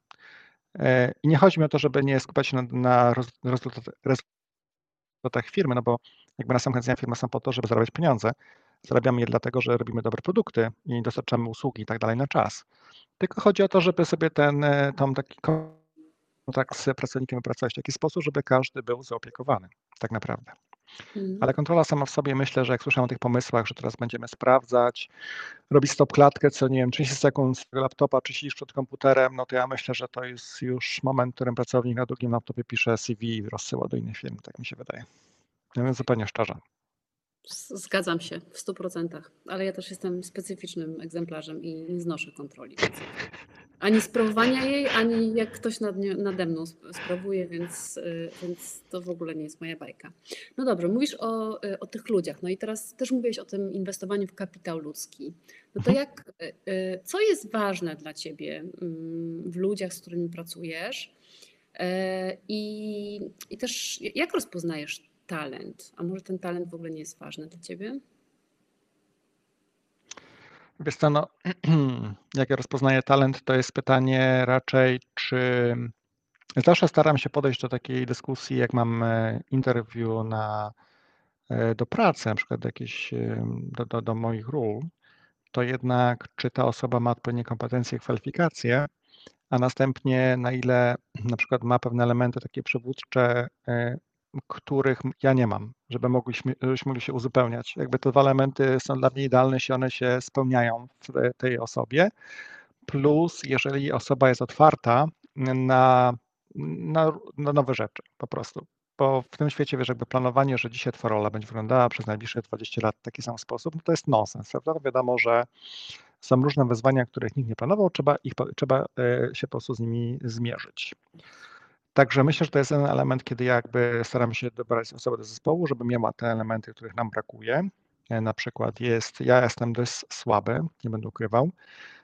I nie chodzi mi o to, żeby nie skupiać się na, na rezultatach, rezultatach firmy, no bo jakby na sam koniec dnia firmy są po to, żeby zarabiać pieniądze. Zarabiamy je dlatego, że robimy dobre produkty i dostarczamy usługi i tak dalej na czas. Tylko chodzi o to, żeby sobie ten, tą taki kontakt z pracownikiem wypracować w taki sposób, żeby każdy był zaopiekowany, tak naprawdę. Mhm. Ale kontrola sama w sobie, myślę, że jak słyszę o tych pomysłach, że teraz będziemy sprawdzać, robić stop klatkę co, nie wiem, trzydzieści sekund z tego laptopa, czy siedzisz przed komputerem, no to ja myślę, że to jest już moment, w którym pracownik na drugim laptopie pisze C V i rozsyła do innych firm, tak mi się wydaje. Ja wiem zupełnie szczerze. Zgadzam się w stu procentach, ale ja też jestem specyficznym egzemplarzem i nie znoszę kontroli. Więc ani sprawowania jej, ani jak ktoś nad nie, nade mną sprawuje, więc, więc to w ogóle nie jest moja bajka. No dobrze, mówisz o, o tych ludziach. No i teraz też mówiłeś o tym inwestowaniu w kapitał ludzki. No to jak, co jest ważne dla ciebie w ludziach, z którymi pracujesz? I, i też jak rozpoznajesz talent? A może ten talent w ogóle nie jest ważny dla ciebie? Wiesz co, no, jak ja rozpoznaję talent, to jest pytanie raczej, czy zawsze staram się podejść do takiej dyskusji, jak mam interview na, do pracy, na przykład do, jakieś, do, do, do moich ról, to jednak czy ta osoba ma odpowiednie kompetencje, kwalifikacje, a następnie na ile na przykład ma pewne elementy takie przywódcze, których ja nie mam, żeby mogliśmy, żebyśmy mogli się uzupełniać. Jakby te dwa elementy są dla mnie idealne, jeśli one się spełniają w tej osobie. Plus, jeżeli osoba jest otwarta na, na, na nowe rzeczy po prostu. Bo w tym świecie, wiesz, jakby planowanie, że dzisiaj twoja rola będzie wyglądała przez najbliższe dwadzieścia lat w taki sam sposób, no to jest nonsens, prawda? Wiadomo, że są różne wyzwania, których nikt nie planował, trzeba, ich, trzeba się po prostu z nimi zmierzyć. Także myślę, że to jest ten element, kiedy jakby staramy się dobrać osobę do zespołu, żeby miała te elementy, których nam brakuje. Na przykład jest, ja jestem dość słaby, nie będę ukrywał,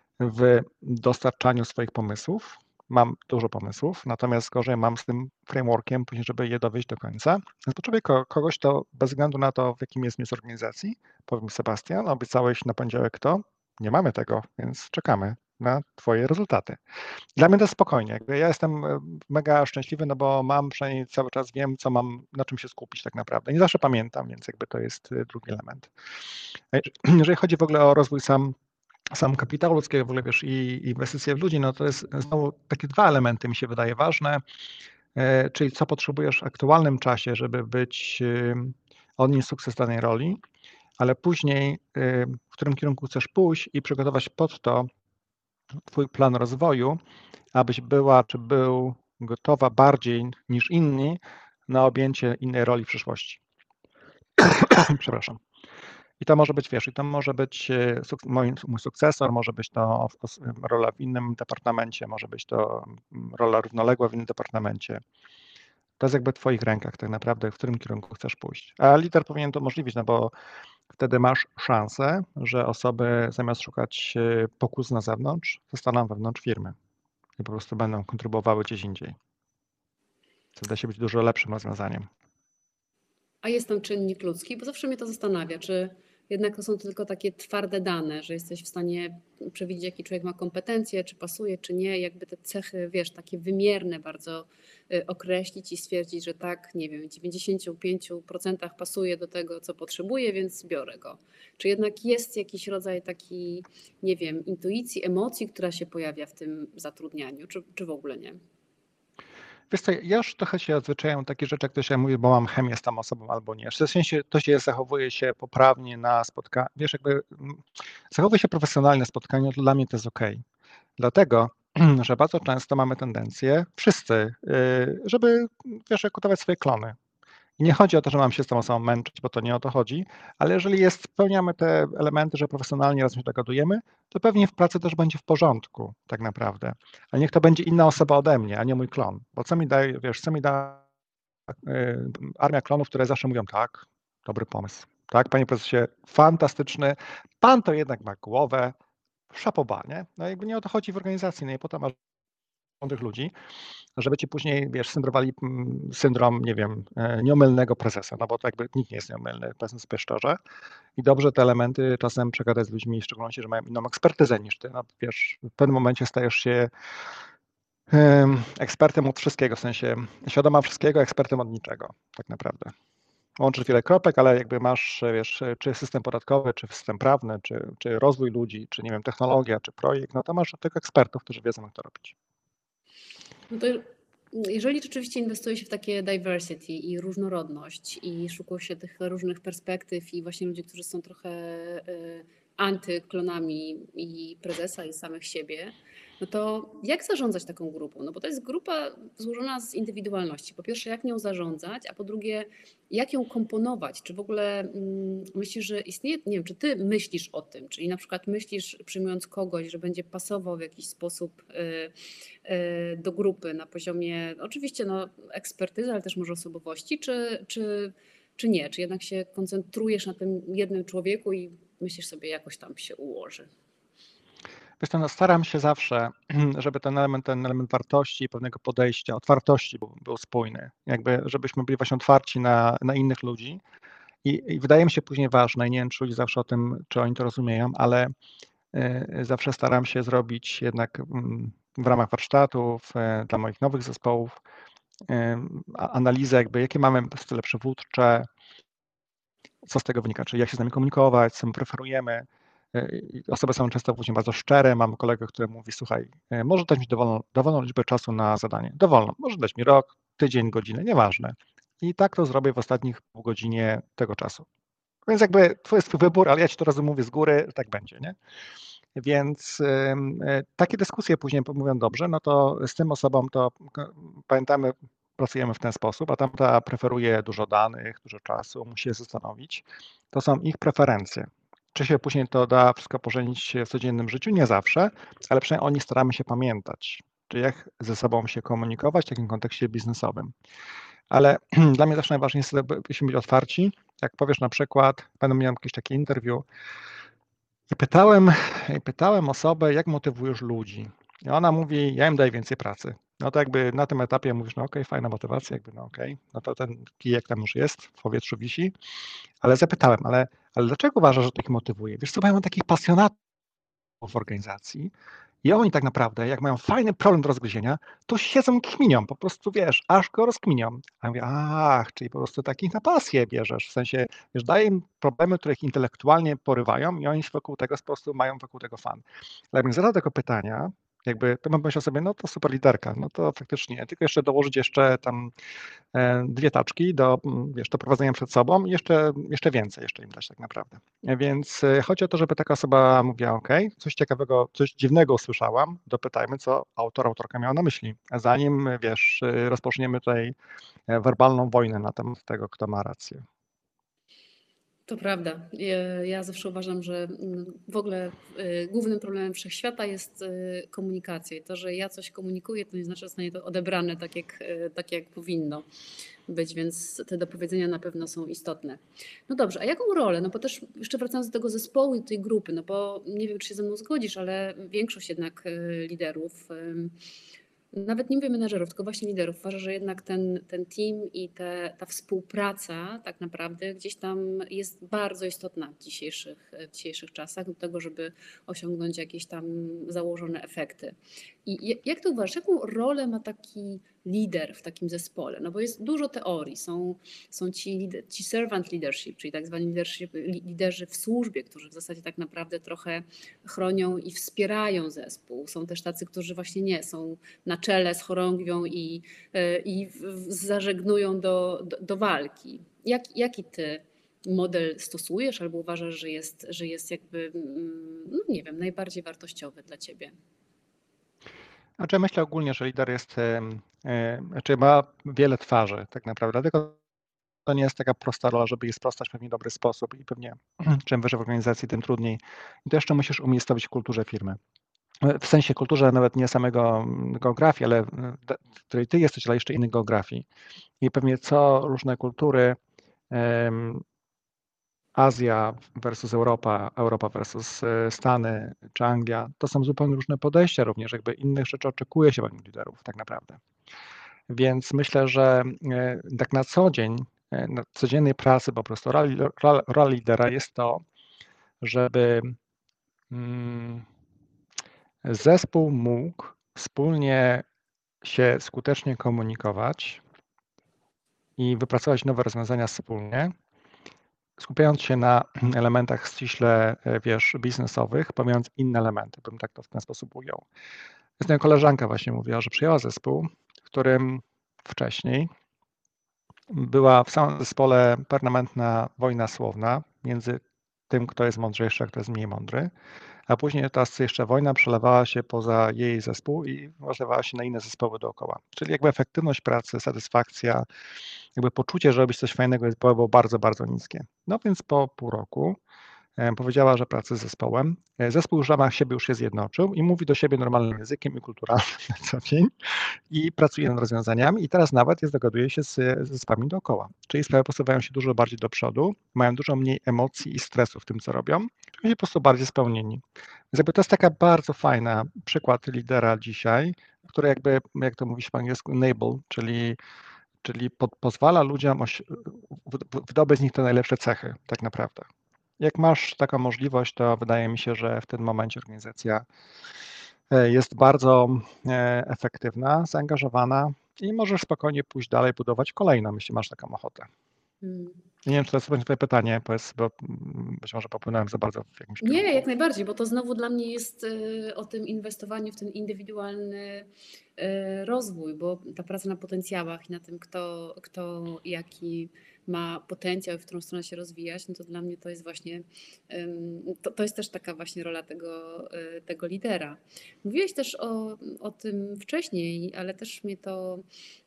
w dostarczaniu swoich pomysłów. Mam dużo pomysłów, natomiast gorzej mam z tym frameworkiem, później, żeby je dowieść do końca. Więc potrzebuję kogoś, to bez względu na to, w jakim jest miejscu organizacji, powiem Sebastian, obiecałeś na poniedziałek to, nie mamy tego, więc czekamy na twoje rezultaty. Dla mnie to jest spokojnie. Jakby ja jestem mega szczęśliwy, no bo mam przynajmniej cały czas wiem, co mam, na czym się skupić tak naprawdę. Nie zawsze pamiętam, więc jakby to jest drugi element. Jeżeli chodzi w ogóle o rozwój sam, sam kapitału ludzkiego, w ogóle wiesz, i inwestycje w ludzi, no to jest znowu takie dwa elementy mi się wydaje ważne, czyli co potrzebujesz w aktualnym czasie, żeby być, odnieść sukces danej roli, ale później w którym kierunku chcesz pójść i przygotować pod to twój plan rozwoju, abyś była czy był gotowa bardziej niż inni na objęcie innej roli w przyszłości. Przepraszam. I to może być, wiesz, i to może być e, suk- mój, mój sukcesor, może być to os- rola w innym departamencie, może być to mm, rola równoległa w innym departamencie. To jest jakby w twoich rękach tak naprawdę, w którym kierunku chcesz pójść. A lider powinien to umożliwić, no bo wtedy masz szansę, że osoby zamiast szukać e, pokus na zewnątrz, zostaną wewnątrz firmy i po prostu będą kontrybuowały gdzieś indziej. Co wydaje się być dużo lepszym rozwiązaniem. A jest tam czynnik ludzki, bo zawsze mnie to zastanawia, czy jednak to są tylko takie twarde dane, że jesteś w stanie przewidzieć, jaki człowiek ma kompetencje, czy pasuje, czy nie, jakby te cechy, wiesz, takie wymierne bardzo y, określić i stwierdzić, że tak, nie wiem, w dziewięćdziesięciu pięciu procentach pasuje do tego, co potrzebuję, więc biorę go. Czy jednak jest jakiś rodzaj taki, nie wiem, intuicji, emocji, która się pojawia w tym zatrudnianiu, czy, czy w ogóle nie? Wiesz co, ja już trochę się odzwyczaiłem takie rzeczy, jak ktoś ja mówi, bo mam chemię z tą osobą albo nie. W sensie to się zachowuje się poprawnie na spotkaniu, wiesz, jakby mm, zachowuje się profesjonalnie na spotkaniu, to dla mnie to jest okej. Dlatego, że bardzo często mamy tendencję, wszyscy, y, żeby, wiesz, rekrutować swoje klony. I nie chodzi o to, że mam się z tą osobą męczyć, bo to nie o to chodzi, ale jeżeli jest, spełniamy te elementy, że profesjonalnie razem się dogadujemy, to pewnie w pracy też będzie w porządku, tak naprawdę. Ale niech to będzie inna osoba ode mnie, a nie mój klon. Bo co mi daje, wiesz, co mi da y, armia klonów, które zawsze mówią, tak, dobry pomysł. Tak, panie prezesie, fantastyczny. Pan to jednak ma głowę, szapoba, nie? No jakby nie o to chodzi w organizacji, no i po to masz mądrych ludzi, żeby ci później, wiesz, syndrowali mm, syndrom, nie wiem, e, nieomylnego prezesa, no bo to jakby nikt nie jest nieomylny, powiedzmy sobie szczerze. I dobrze te elementy czasem przegadać z ludźmi, w szczególności, że mają inną ekspertyzę niż ty. No wiesz, w pewnym momencie stajesz się em, ekspertem od wszystkiego, w sensie świadoma wszystkiego, ekspertem od niczego, tak naprawdę. Łączysz wiele kropek, ale jakby masz, wiesz, czy system podatkowy, czy system prawny, czy, czy rozwój ludzi, czy nie wiem, technologia, czy projekt, no to masz tych ekspertów, którzy wiedzą, jak to robić. No to jeżeli rzeczywiście inwestuje się w takie diversity i różnorodność i szuka się tych różnych perspektyw i właśnie ludzi, którzy są trochę y, antyklonami i prezesa i samych siebie, no to jak zarządzać taką grupą? No bo to jest grupa złożona z indywidualności. Po pierwsze, jak nią zarządzać, a po drugie, jak ją komponować? Czy w ogóle mm, myślisz, że istnieje, nie wiem, czy ty myślisz o tym, czyli na przykład myślisz, przyjmując kogoś, że będzie pasował w jakiś sposób y, y, do grupy na poziomie oczywiście no, ekspertyzy, ale też może osobowości, czy, czy, czy nie? Czy jednak się koncentrujesz na tym jednym człowieku i myślisz sobie, jakoś tam się ułoży? Wiesz co, no staram się zawsze, żeby ten element, ten element wartości, pewnego podejścia, otwartości był, był spójny. Jakby, żebyśmy byli właśnie otwarci na, na innych ludzi. I, I wydaje mi się później ważne, i nie wiem, czy ludzie zawsze o tym, czy oni to rozumieją, ale y, zawsze staram się zrobić jednak mm, w ramach warsztatów y, dla moich nowych zespołów y, a- analizę, jakby jakie mamy style przywódcze, co z tego wynika, czyli jak się z nami komunikować, co my preferujemy. Y, Osoby są często później bardzo szczere. Mam kolegę, który mówi, słuchaj, y, może dać mi dowolną, dowolną liczbę czasu na zadanie. Dowolną. Może dać mi rok, tydzień, godzinę, nieważne. I tak to zrobię w ostatnich pół godzinie tego czasu. Więc jakby twój jest twój wybór, ale ja ci to razu mówię z góry, tak będzie, nie? Więc ym, y, takie dyskusje później mówią dobrze, no to z tym osobą to k- pamiętamy, pracujemy w ten sposób, a tamta preferuje dużo danych, dużo czasu, musi się zastanowić. To są ich preferencje. Czy się później to da wszystko pożenić w codziennym życiu? Nie zawsze, ale przynajmniej o nich staramy się pamiętać. Czy jak ze sobą się komunikować w takim kontekście biznesowym. Ale dla mnie zawsze najważniejsze jest, żebyśmy byli otwarci. Jak powiesz na przykład, będę miał jakieś takie interview i pytałem, i pytałem osobę, jak motywujesz ludzi. I ona mówi, ja im daję więcej pracy. No to jakby na tym etapie mówisz, no okej, fajna motywacja, jakby no okej, no to ten kijek tam już jest, w powietrzu wisi, ale zapytałem, ale, ale dlaczego uważasz, że to ich motywuje? Wiesz co, bo ja mam takich pasjonatów w organizacji i oni tak naprawdę, jak mają fajny problem do rozgryzienia, to siedzą kminią, po prostu wiesz, aż go rozkminią. A ja mówię, ach, czyli po prostu takich na pasję bierzesz, w sensie, wiesz, daję im problemy, które ich intelektualnie porywają i oni się wokół tego po prostu mają wokół tego fan. Ale jakbym zadał tego pytania, jakby, to bym pomyślał sobie, no to super liderka, no to faktycznie, tylko jeszcze dołożyć jeszcze tam e, dwie taczki do, mm, wiesz, do prowadzenia przed sobą i jeszcze, jeszcze więcej jeszcze im dać tak naprawdę. E, Więc e, chodzi o to, żeby taka osoba mówiła, ok, coś ciekawego, coś dziwnego usłyszałam, dopytajmy, co autor, autorka miała na myśli, zanim, wiesz, e, rozpoczniemy tutaj e, werbalną wojnę na temat tego, kto ma rację. To prawda. Ja ja zawsze uważam, że mm, w ogóle y, głównym problemem wszechświata jest y, komunikacja. I to, że ja coś komunikuję, to nie znaczy, że zostanie to odebrane tak jak, y, tak jak powinno być, więc te dopowiedzenia na pewno są istotne. No dobrze, a jaką rolę? No bo też jeszcze wracając do tego zespołu i tej grupy, no bo nie wiem, czy się ze mną zgodzisz, ale większość jednak y, liderów, ym, nawet nie mówię menedżerów, tylko właśnie liderów. Uważa, że jednak ten, ten team i te, ta współpraca tak naprawdę gdzieś tam jest bardzo istotna w dzisiejszych, w dzisiejszych czasach do tego, żeby osiągnąć jakieś tam założone efekty. I je- jak ty uważasz, jaką rolę ma taki lider w takim zespole? No bo jest dużo teorii. Są, są ci, lider, ci servant leadership, czyli tak zwani leadership, li- liderzy w służbie, którzy w zasadzie tak naprawdę trochę chronią i wspierają zespół. Są też tacy, którzy właśnie nie są na czele z chorągwią i, e, i w- w- zażegnują do, do, do walki. Jak, jaki ty model stosujesz albo uważasz, że jest, że jest jakby, mm, no nie wiem, najbardziej wartościowy dla ciebie? Znaczy ja myślę ogólnie, że lider jest, em, e, znaczy ma wiele twarzy tak naprawdę, tylko to nie jest taka prosta rola, żeby jej sprostać w pewnie dobry sposób i pewnie czym wyżej w organizacji, tym trudniej. I to jeszcze musisz umiejscowić w kulturze firmy. W sensie kulturze nawet nie samego mm, geografii, ale mm, d- w której ty jesteś, ale jeszcze innych geografii. I pewnie co różne kultury, em, Azja versus Europa, Europa versus e, Stany czy Anglia, to są zupełnie różne podejścia również, jakby innych rzeczy oczekuje się od liderów tak naprawdę. Więc myślę, że e, tak na co dzień, e, na codziennej pracy po prostu rola, rola, rola lidera jest to, żeby mm, zespół mógł wspólnie się skutecznie komunikować i wypracować nowe rozwiązania wspólnie, skupiając się na elementach ściśle, e, wiesz, biznesowych, pomijając inne elementy, bym tak to w ten sposób ujął. Jest moja koleżanka właśnie mówiła, że przyjęła zespół, w którym wcześniej była w samym zespole permanentna wojna słowna między tym, kto jest mądrzejszy, a kto jest mniej mądry, a później ta jeszcze wojna przelewała się poza jej zespół i rozlewała się na inne zespoły dookoła. Czyli jakby efektywność pracy, satysfakcja, jakby poczucie, że robisz coś fajnego jest było bardzo, bardzo niskie. No więc po pół roku e, powiedziała, że pracy z zespołem. e, Zespół już w ramach siebie już się zjednoczył i mówi do siebie normalnym językiem i kulturalnym na co dzień i pracuje nad rozwiązaniami i teraz nawet jest, dogaduje się z, z zespołami dookoła. Czyli sprawy posuwają się dużo bardziej do przodu, mają dużo mniej emocji i stresu w tym, co robią, czują się po prostu bardziej spełnieni. Więc jakby to jest taka bardzo fajna przykład lidera dzisiaj, który jakby, jak to mówi się po angielsku, enable, czyli, czyli po, pozwala ludziom oś, w, w, wydobyć z nich te najlepsze cechy tak naprawdę. Jak masz taką możliwość, to wydaje mi się, że w tym momencie organizacja e, jest bardzo e, efektywna, zaangażowana i możesz spokojnie pójść dalej, budować kolejną, jeśli masz taką ochotę. Hmm. Nie wiem, czy to jest twoje pytanie, powiedz, bo mm, być może popłynąłem za bardzo w jakimś Nie, kierunku. jak najbardziej, bo to znowu dla mnie jest y, o tym inwestowaniu w ten indywidualny y, rozwój, bo ta praca na potencjałach i na tym, kto, kto jaki ma potencjał i w którą stronę się rozwijać, no to dla mnie to jest właśnie, ym, to, to jest też taka właśnie rola tego, y, tego lidera. Mówiłeś też o, o tym wcześniej, ale też mnie to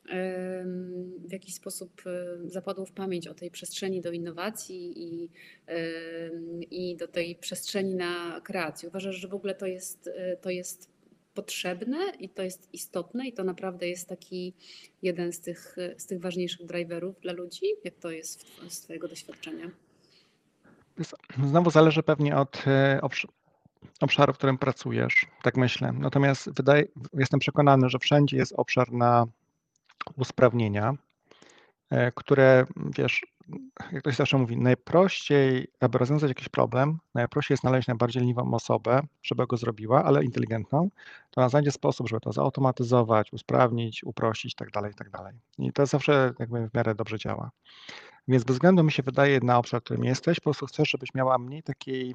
ym, w jakiś sposób y, zapadło w pamięć o tej przestrzeni do innowacji i ym, i do tej przestrzeni na kreację. Uważasz, że w ogóle to jest, y, to jest potrzebne i to jest istotne i to naprawdę jest taki jeden z tych, z tych ważniejszych driverów dla ludzi? Jak to jest w- z Twojego doświadczenia? Jest- Znowu zależy pewnie od e, obsz- obszaru, w którym pracujesz, tak myślę. Natomiast wydaje, jestem przekonany, że wszędzie jest obszar na usprawnienia, e, które, wiesz, jak ktoś zawsze mówi, najprościej, aby rozwiązać jakiś problem, najprościej jest znaleźć najbardziej leniwą osobę, żeby go zrobiła, ale inteligentną, to ona znajdzie sposób, żeby to zautomatyzować, usprawnić, uprościć itd., itd. I to zawsze jakby w miarę dobrze działa. Więc bez względu mi się wydaje na obszar, w którym jesteś, po prostu chcesz, żebyś miała mniej takiej,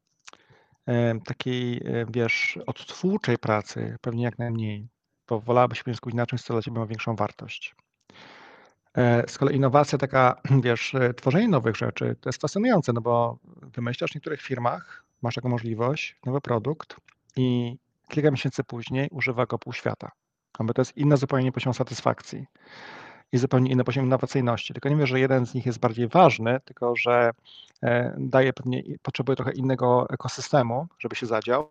e, takiej, e, wiesz, odtwórczej pracy, pewnie jak najmniej, bo wolałabyś się skupić na czymś, co dla ciebie ma większą wartość. E, Z kolei innowacja taka, wiesz, e, tworzenie nowych rzeczy, to jest fascynujące, no bo wymyślasz w niektórych firmach, masz taką możliwość, nowy produkt i kilka miesięcy później używa go pół świata. Bo to jest inny zupełnie poziom satysfakcji. i zupełnie inny poziom innowacyjności. Tylko nie mówię, że jeden z nich jest bardziej ważny, tylko że daje pewnie, potrzebuje trochę innego ekosystemu, żeby się zadział.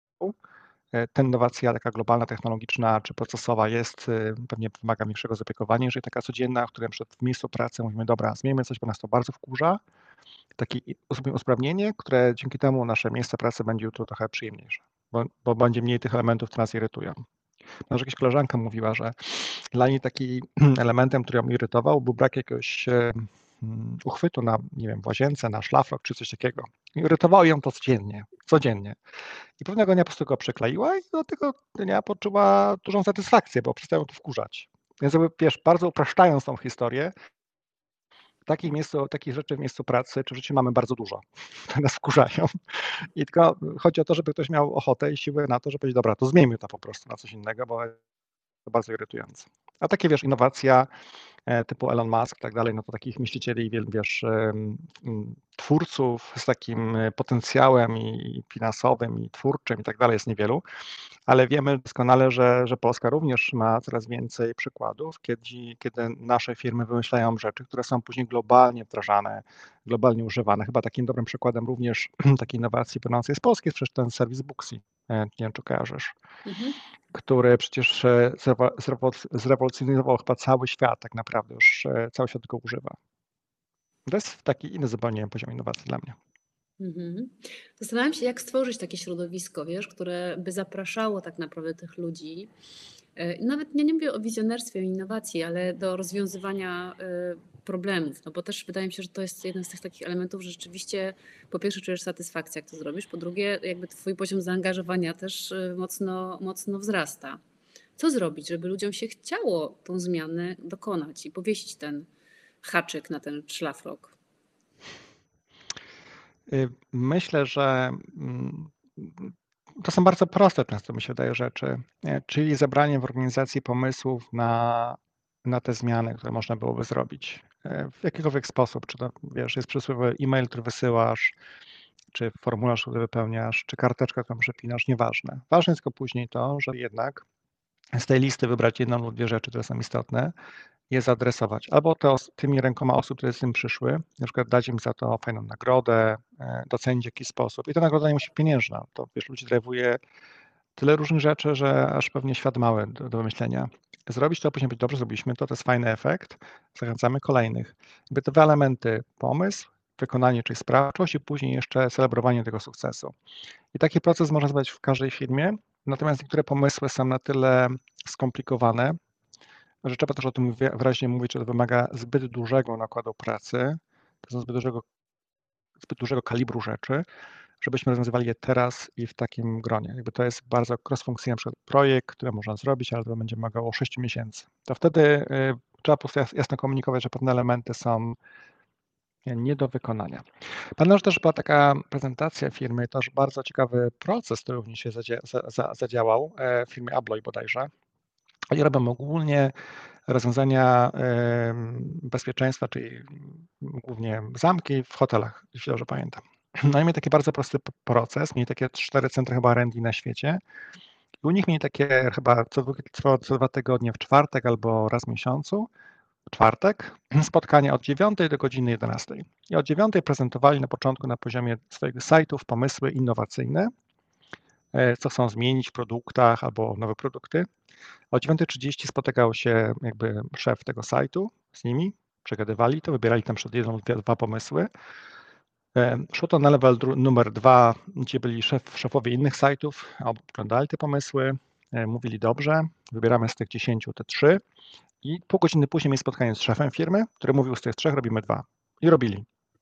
Ta innowacja taka globalna, technologiczna czy procesowa jest, pewnie wymaga większego zaopiekowania, jeżeli taka codzienna, w której w miejscu pracy mówimy, dobra, zmieńmy coś, bo nas to bardzo wkurza, takie usprawnienie, które dzięki temu nasze miejsce pracy będzie jutro trochę przyjemniejsze, bo, bo będzie mniej tych elementów, które nas irytują. Może jakaś koleżanka mówiła, że dla niej takim elementem, który ją irytował, był brak jakiegoś uchwytu na, nie wiem, w łazience, na szlafrok czy coś takiego. Irytowało ją to codziennie, codziennie. I pewnego dnia po prostu go przykleiła i do tego dnia poczuła dużą satysfakcję, bo przestało to wkurzać. Więc jakby, wiesz, bardzo upraszczając tą historię, takich, miejscu, takich rzeczy w miejscu pracy czy w życiu mamy bardzo dużo, które nas wkurzają. I tylko chodzi o to, żeby ktoś miał ochotę i siłę na to, żeby powiedzieć, dobra, to zmieńmy to po prostu na coś innego, bo to bardzo irytujące. A takie, wiesz, innowacja typu Elon Musk i tak dalej, no to takich myślicieli, wiesz, twórców z takim potencjałem i finansowym, i twórczym i tak dalej jest niewielu, ale wiemy doskonale, że, że Polska również ma coraz więcej przykładów, kiedy, kiedy nasze firmy wymyślają rzeczy, które są później globalnie wdrażane, globalnie używane. Chyba takim dobrym przykładem również takiej innowacji płynącej z Polski jest przecież ten serwis Booksy, nie wiem, czy kojarzysz. Mhm. Który przecież zrewolucjonizował chyba cały świat, tak naprawdę już cały świat go używa. To jest taki inny zupełnie poziom innowacji dla mnie. Mhm. Zastanawiam się, jak stworzyć takie środowisko, wiesz, które by zapraszało tak naprawdę tych ludzi. Nawet ja nie mówię o wizjonerstwie, o innowacji, ale do rozwiązywania problemów, no bo też wydaje mi się, że to jest jeden z tych takich elementów, że rzeczywiście po pierwsze czujesz satysfakcję, jak to zrobisz, po drugie jakby twój poziom zaangażowania też mocno, mocno wzrasta. Co zrobić, żeby ludziom się chciało tą zmianę dokonać i powiesić ten haczyk na ten szlafrok? Myślę, że to są bardzo proste często, mi się wydaje, rzeczy, czyli zebranie w organizacji pomysłów na, na te zmiany, które można byłoby zrobić w jakikolwiek sposób, czy to, wiesz, jest przysłowiowy e-mail, który wysyłasz, czy formularz, który wypełniasz, czy karteczka, którą przepinasz, nieważne. Ważne jest tylko później to, że jednak z tej listy wybrać jedną lub dwie rzeczy, które są istotne, je zaadresować. Albo to tymi rękoma osób, które z tym przyszły, na przykład dać im za to fajną nagrodę, docenić w jakiś sposób. I ta nagroda nie musi być pieniężna. To, wiesz, ludzi drewuje tyle różnych rzeczy, że aż pewnie świat mały do, do wymyślenia. Zrobić to, później być dobrze, zrobiliśmy to, to jest fajny efekt, zachęcamy kolejnych. Jakby te dwa elementy, pomysł, wykonanie, czyli sprawczość i później jeszcze celebrowanie tego sukcesu. I taki proces można zrobić w każdej firmie, natomiast niektóre pomysły są na tyle skomplikowane, że trzeba też o tym wyraźnie mówić, że to wymaga zbyt dużego nakładu pracy, to są zbyt dużego, zbyt dużego kalibru rzeczy, żebyśmy rozwiązywali je teraz i w takim gronie. Jakby to jest bardzo cross-funkcyjny projekt, który można zrobić, ale to będzie wymagało sześciu miesięcy. To wtedy y, trzeba po prostu jasno komunikować, że pewne elementy są nie do wykonania. Pamiętam, że też była taka prezentacja firmy, też bardzo ciekawy proces, który również się zadzia za zadziałał w firmie Abloy bodajże. Oni robią ogólnie rozwiązania bezpieczeństwa, czyli głównie zamki w hotelach, jeśli dobrze pamiętam. No i mieli taki bardzo prosty proces, mieli takie cztery centra chyba R and D na świecie. I u nich mieli takie chyba co, co, co dwa tygodnie w czwartek albo raz w miesiącu, w czwartek, spotkanie od dziewiątej do godziny jedenastej. I od dziewiątej prezentowali na początku na poziomie swojego sajtów pomysły innowacyjne, co chcą zmienić w produktach albo nowe produkty. O dziewiątej trzydzieści spotykał się jakby szef tego sajtu z nimi, przegadywali to, wybierali tam przed jedną lub dwa pomysły. Szło to na level numer dwa, gdzie byli szef, szefowie innych sajtów, oglądali te pomysły, mówili dobrze, wybieramy z tych dziesięciu te trzy i pół godziny później mieli spotkanie z szefem firmy, który mówił, z tych trzech robimy dwa. I robili.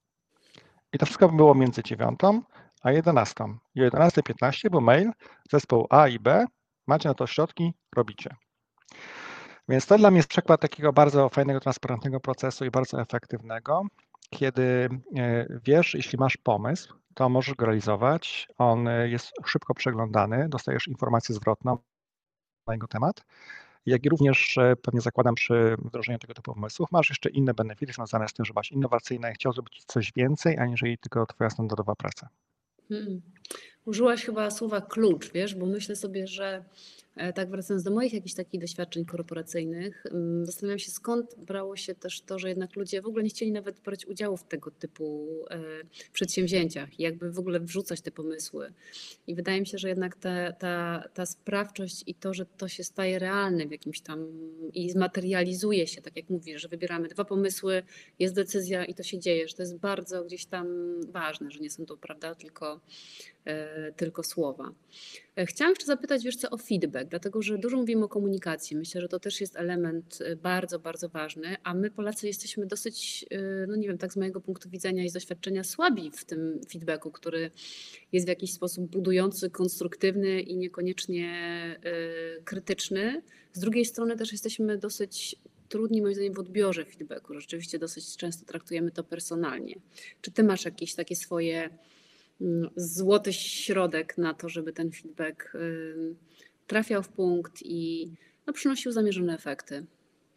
I to wszystko było między dziewiątą a jedenastą. I o jedenastej piętnaście był mail, zespół A i B, macie na to środki, robicie. Więc to dla mnie jest przykład takiego bardzo fajnego, transparentnego procesu i bardzo efektywnego, kiedy wiesz, jeśli masz pomysł, to możesz go realizować, on jest szybko przeglądany, dostajesz informację zwrotną na jego temat, jak i również pewnie zakładam przy wdrożeniu tego typu pomysłów, masz jeszcze inne benefity związane z tym, że masz innowacyjne i chciał zrobić coś więcej, aniżeli tylko twoja standardowa praca. Hmm. Użyłaś chyba słowa klucz, wiesz, bo myślę sobie, że e, tak wracając do moich jakichś takich doświadczeń korporacyjnych, ym, zastanawiam się skąd brało się też to, że jednak ludzie w ogóle nie chcieli nawet brać udziału w tego typu e, przedsięwzięciach i jakby w ogóle wrzucać te pomysły. I wydaje mi się, że jednak ta, ta, ta sprawczość i to, że to się staje realne w jakimś tam i zmaterializuje się, tak jak mówisz, że wybieramy dwa pomysły, jest decyzja i to się dzieje, że to jest bardzo gdzieś tam ważne, że nie są to, prawda, tylko e, tylko słowa. E, Chciałam jeszcze zapytać, wiesz co, o feedback, dlatego że dużo mówimy o komunikacji. Myślę, że to też jest element e, bardzo, bardzo ważny, a my Polacy jesteśmy dosyć, e, no nie wiem, tak z mojego punktu widzenia i z doświadczenia słabi w tym feedbacku, który jest w jakiś sposób budujący, konstruktywny i niekoniecznie e, krytyczny. Z drugiej strony też jesteśmy dosyć trudni moim zdaniem w odbiorze feedbacku. Rzeczywiście dosyć często traktujemy to personalnie. Czy ty masz jakieś takie swoje mm, złoty środek na to, żeby ten feedback ym, trafiał w punkt i no, przynosił zamierzone efekty?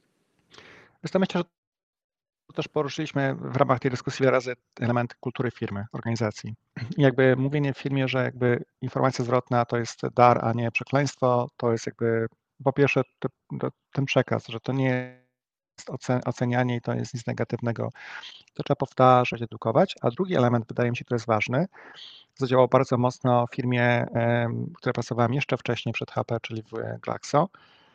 Wiesz co, myślę, że to też poruszyliśmy w ramach tej dyskusji wiele razy elementy kultury firmy, organizacji. I jakby mówienie w firmie, że jakby informacja zwrotna to jest dar, a nie przekleństwo, to jest jakby po pierwsze to, to, ten przekaz, że to nie jest oce- ocenianie i to jest nic negatywnego. To trzeba powtarzać, edukować. A drugi element, wydaje mi się, który jest ważny, zadziałał bardzo mocno w firmie, em, w której pracowałem jeszcze wcześniej przed H P, czyli w Glaxo,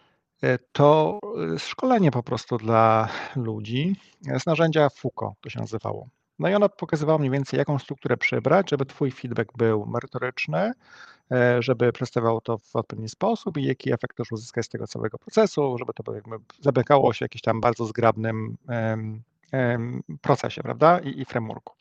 e, to e, szkolenie po prostu dla ludzi e, z narzędzia Fuko, to się nazywało. No i ono pokazywało mniej więcej, jaką strukturę przybrać, żeby twój feedback był merytoryczny, e, żeby przedstawiało to w odpowiedni sposób i jaki efekt też uzyskać z tego całego procesu, żeby to było jakby zamykało się w jakimś tam bardzo zgrabnym em, em, procesie, prawda, i, i frameworku.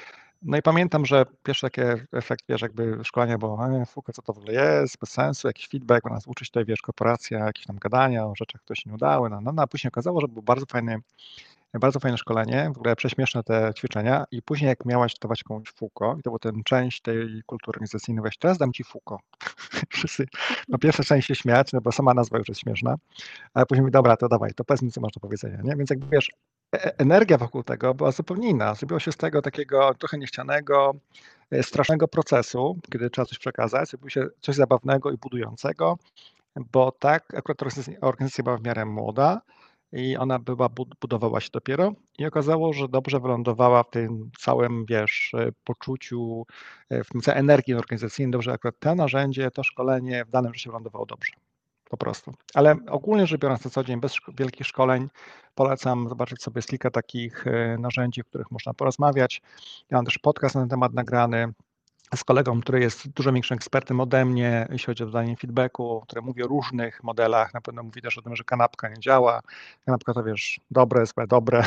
No i pamiętam, że pierwszy taki efekt, wiesz, jakby szkolenia było, e, fuka, co to w ogóle jest, bez sensu, jakiś feedback, bo nas uczyć tutaj, wiesz, korporacja, jakieś tam gadania o rzeczach, które się nie udały, no, no, no, a później okazało, że było bardzo fajny, bardzo fajne szkolenie, w ogóle prześmieszne te ćwiczenia i później jak miałaś dawać komuś fuko i to był ten część tej kultury organizacyjnej, weź teraz dam ci fuko. Wszyscy, no pierwsza część się śmiać, no bo sama nazwa już jest śmieszna, ale później mówi, dobra, to dawaj, to powiedz mi, co masz do powiedzenia, nie? Więc jakby wiesz, e- e- energia wokół tego była zupełnie inna. Zrobiło się z tego takiego trochę niechcianego, e, strasznego procesu, kiedy trzeba coś przekazać, zrobiło się coś zabawnego i budującego, bo tak, akurat organizacja organizacja była w miarę młoda i ona była, bud- budowała się dopiero i okazało, że dobrze wylądowała w tym całym, wiesz, e, poczuciu, e, w tym całej energii organizacyjnej, dobrze akurat to narzędzie, to szkolenie w danym czasie wylądowało dobrze. Po prostu. Ale ogólnie rzecz biorąc na co dzień, bez szko- wielkich szkoleń, polecam zobaczyć sobie z kilka takich e, narzędzi, w których można porozmawiać. Ja mam też podcast na ten temat nagrany z kolegą, który jest dużo większym ekspertem ode mnie, jeśli chodzi o danie feedbacku, który mówi o różnych modelach. Na pewno mówi też o tym, że kanapka nie działa. Kanapka to wiesz, dobre, złe, dobre.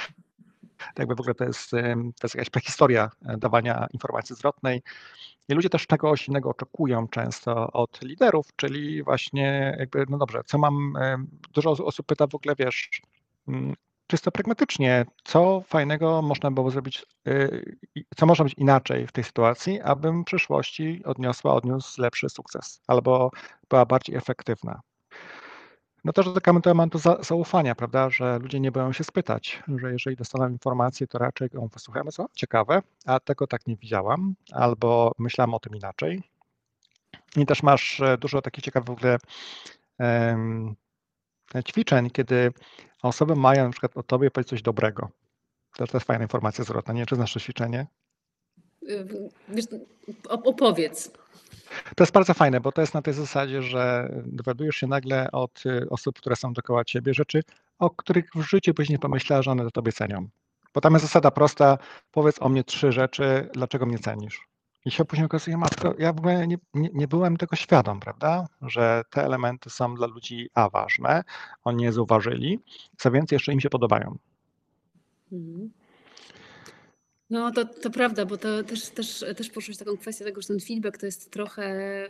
Tak jakby w ogóle to jest, em, to jest jakaś prehistoria e, dawania informacji zwrotnej. I ludzie też czegoś innego oczekują często od liderów, czyli właśnie jakby, no dobrze, co mam, em, dużo os- osób pyta w ogóle, wiesz, mm, czysto pragmatycznie, co fajnego można było zrobić, y, i co można być inaczej w tej sytuacji, abym w przyszłości odniosła, odniósł lepszy sukces albo była bardziej efektywna. No to, że dotykamy tematu za, zaufania, prawda, że ludzie nie boją się spytać, że jeżeli dostaną informację, to raczej ją wysłuchamy, co ciekawe, a tego tak nie widziałam, albo myślałam o tym inaczej. I też masz e, dużo takich ciekawych w ogóle em, ćwiczeń, kiedy osoby mają na przykład o tobie powiedzieć coś dobrego. To, to jest fajna informacja zwrotna. Nie wiem, czy znasz to ćwiczenie? Y, Wiesz, op- opowiedz. To jest bardzo fajne, bo to jest na tej zasadzie, że dowiadujesz się nagle od y, osób, które są dookoła ciebie, rzeczy, o których w życiu byś nie pomyślała, że one do tobie cenią. Bo tam jest zasada prosta, powiedz o mnie trzy rzeczy, dlaczego mnie cenisz. I się później okazuje, matko, ja w ogóle nie, nie, nie byłem tego świadom, prawda, że te elementy są dla ludzi A ważne, oni je zauważyli, co więcej, jeszcze im się podobają. Mhm. No to, to prawda, bo to też, też, też poruszyłeś taką kwestię tego, że ten feedback to jest trochę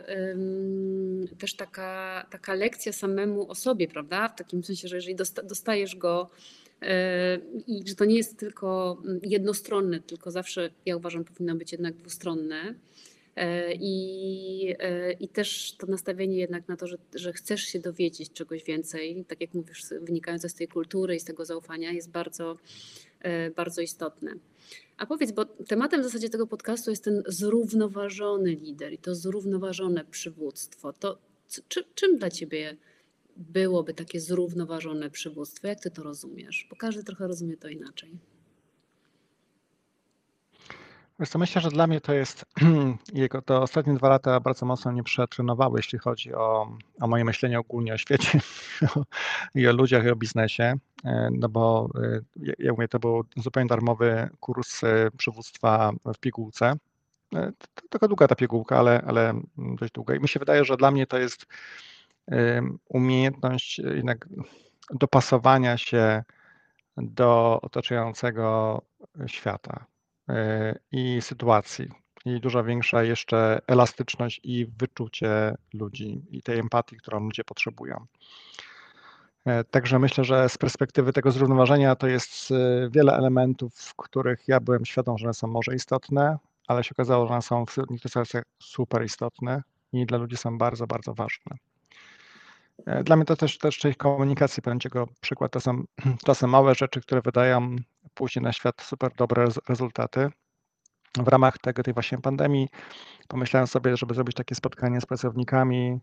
ym, też taka, taka lekcja samemu o sobie, prawda? W takim sensie, że jeżeli dosta, dostajesz go yy, i że to nie jest tylko mm, jednostronne, tylko zawsze, ja uważam, powinno być jednak dwustronne. I, I też to nastawienie jednak na to, że, że chcesz się dowiedzieć czegoś więcej, tak jak mówisz, wynikające z tej kultury i z tego zaufania, jest bardzo, bardzo istotne. A powiedz, bo tematem w zasadzie tego podcastu jest ten zrównoważony lider i to zrównoważone przywództwo. To czy, czym dla ciebie byłoby takie zrównoważone przywództwo? Jak ty to rozumiesz? Bo każdy trochę rozumie to inaczej. Wiesz co, myślę, że dla mnie to jest, jego te ostatnie dwa lata bardzo mocno mnie przetrenowały, jeśli chodzi o, o moje myślenie ogólnie o świecie i o ludziach i o biznesie, no bo ja mówię, to był zupełnie darmowy kurs przywództwa w pigułce. To taka długa ta pigułka, ale, ale dość długa. I mi się wydaje, że dla mnie to jest umiejętność jednak dopasowania się do otaczającego świata i sytuacji. I dużo większa jeszcze elastyczność i wyczucie ludzi i tej empatii, którą ludzie potrzebują. Także myślę, że z perspektywy tego zrównoważenia to jest wiele elementów, w których ja byłem świadom, że one są może istotne, ale się okazało, że one są w niektórych sytuacjach super istotne i dla ludzi są bardzo, bardzo ważne. Dla mnie to też, też część komunikacji, powiem Ci przykład, to są, to są małe rzeczy, które wydają później na świat super dobre rezultaty. W ramach tego, tej właśnie pandemii pomyślałem sobie, żeby zrobić takie spotkanie z pracownikami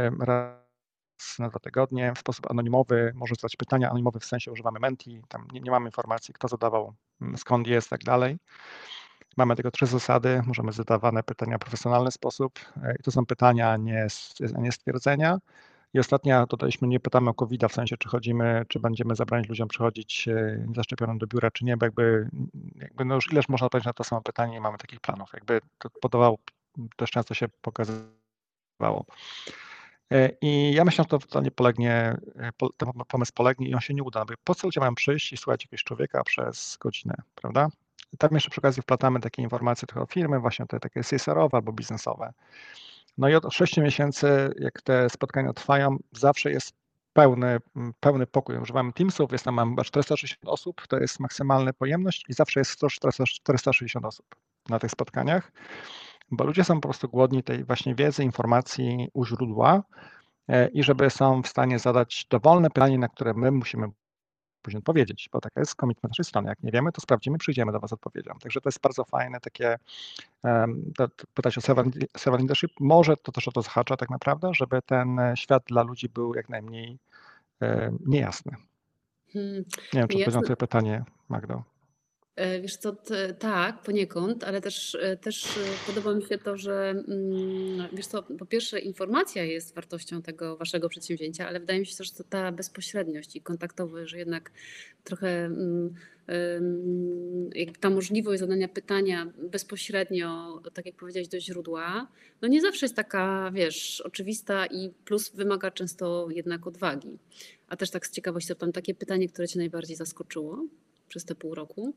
raz na dwa tygodnie w sposób anonimowy, może zadać pytania anonimowe, w sensie używamy Menti, tam nie, nie mamy informacji, kto zadawał, skąd jest, tak dalej. Mamy tego trzy zasady, możemy zadawane pytania w profesjonalny sposób i to są pytania, a nie, a nie stwierdzenia. I ostatnia, dodaliśmy, nie pytamy o kowida, w sensie, czy chodzimy, czy będziemy zabraniać ludziom przychodzić zaszczepionym do biura, czy nie, bo jakby, jakby no już ileż można odpowiedzieć na to samo pytanie, nie mamy takich planów. Jakby to podawało, też często się pokazywało. I ja myślę, że to totalnie polegnie, ten pomysł polegnie i on się nie uda, bo po co ludzie mają przyjść i słuchać jakiegoś człowieka przez godzinę, prawda? I tam jeszcze przy okazji wplatamy takie informacje trochę o firmy, właśnie te takie C S R-owe albo biznesowe. No i od sześciu miesięcy, jak te spotkania trwają, zawsze jest pełny, pełny pokój. Używamy Teamsów, jest tam chyba czterysta sześćdziesiąt osób, to jest maksymalna pojemność i zawsze jest sto czterysta sześćdziesiąt osób na tych spotkaniach, bo ludzie są po prostu głodni tej właśnie wiedzy, informacji u źródła i żeby są w stanie zadać dowolne pytanie, na które my musimy później odpowiedzieć, bo taka jest commitment naszej strony. Jak nie wiemy, to sprawdzimy, przyjdziemy do Was z odpowiedzią. Także to jest bardzo fajne takie, um, to, to pytać o servant leadership, może to też o to zahacza tak naprawdę, żeby ten świat dla ludzi był jak najmniej um, niejasny. Hmm. Nie wiem, czy odpowiedziałem na Twoje pytanie, Magdo. Wiesz co, t, tak, poniekąd, ale też, też podoba mi się to, że wiesz co, po pierwsze informacja jest wartością tego waszego przedsięwzięcia, ale wydaje mi się też, że ta bezpośredniość i kontaktowość, że jednak trochę jakby ta możliwość zadania pytania bezpośrednio, tak jak powiedziałeś, do źródła, no nie zawsze jest taka, wiesz, oczywista i plus wymaga często jednak odwagi. A też tak z ciekawości zapytam, takie pytanie, które cię najbardziej zaskoczyło przez te pół roku?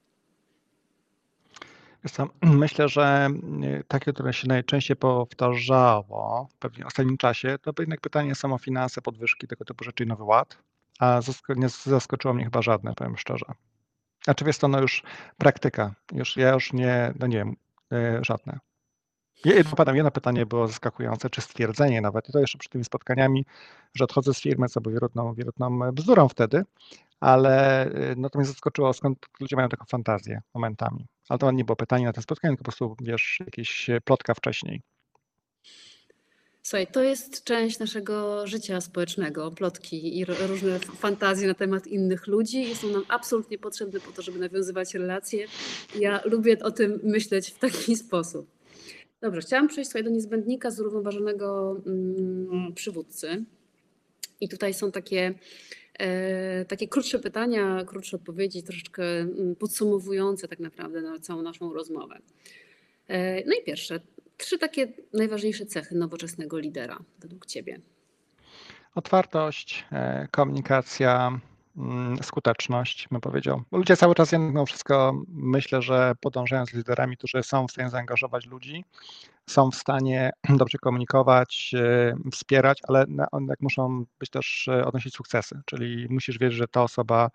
Myślę, że takie, które się najczęściej powtarzało pewnie w ostatnim czasie, to jednak pytanie są o finanse, podwyżki, tego typu rzeczy i Nowy Ład, a nie zaskoczyło mnie chyba żadne, powiem szczerze. Znaczy wiesz to no już praktyka, już ja już nie, no nie wiem, żadne. Jedno, pamiętam, jedno pytanie było zaskakujące, czy stwierdzenie nawet, i to jeszcze przed tymi spotkaniami, że odchodzę z firmy, co było wierutną, wierutną bzdurą wtedy, ale no to mnie zaskoczyło, skąd ludzie mają taką fantazję momentami. Ale to nie było pytanie na to spotkanie, tylko po prostu, wiesz, jakieś plotka wcześniej. Słuchaj, to jest część naszego życia społecznego, plotki i różne fantazje na temat innych ludzi i są nam absolutnie potrzebne po to, żeby nawiązywać relacje. Ja lubię o tym myśleć w taki sposób. Dobrze, chciałam przejść sobie do niezbędnika zrównoważonego mm, przywódcy. I tutaj są takie, e, takie krótsze pytania, krótsze odpowiedzi, troszeczkę podsumowujące tak naprawdę na całą naszą rozmowę. E, no i pierwsze, trzy takie najważniejsze cechy nowoczesnego lidera według Ciebie. Otwartość, komunikacja, skuteczność, bym powiedział. Bo ludzie cały czas, mimo wszystko, myślę, że podążając z liderami, którzy są w stanie zaangażować ludzi, są w stanie dobrze komunikować, wspierać, ale one muszą być też odnosić sukcesy, czyli musisz wiedzieć, że ta osoba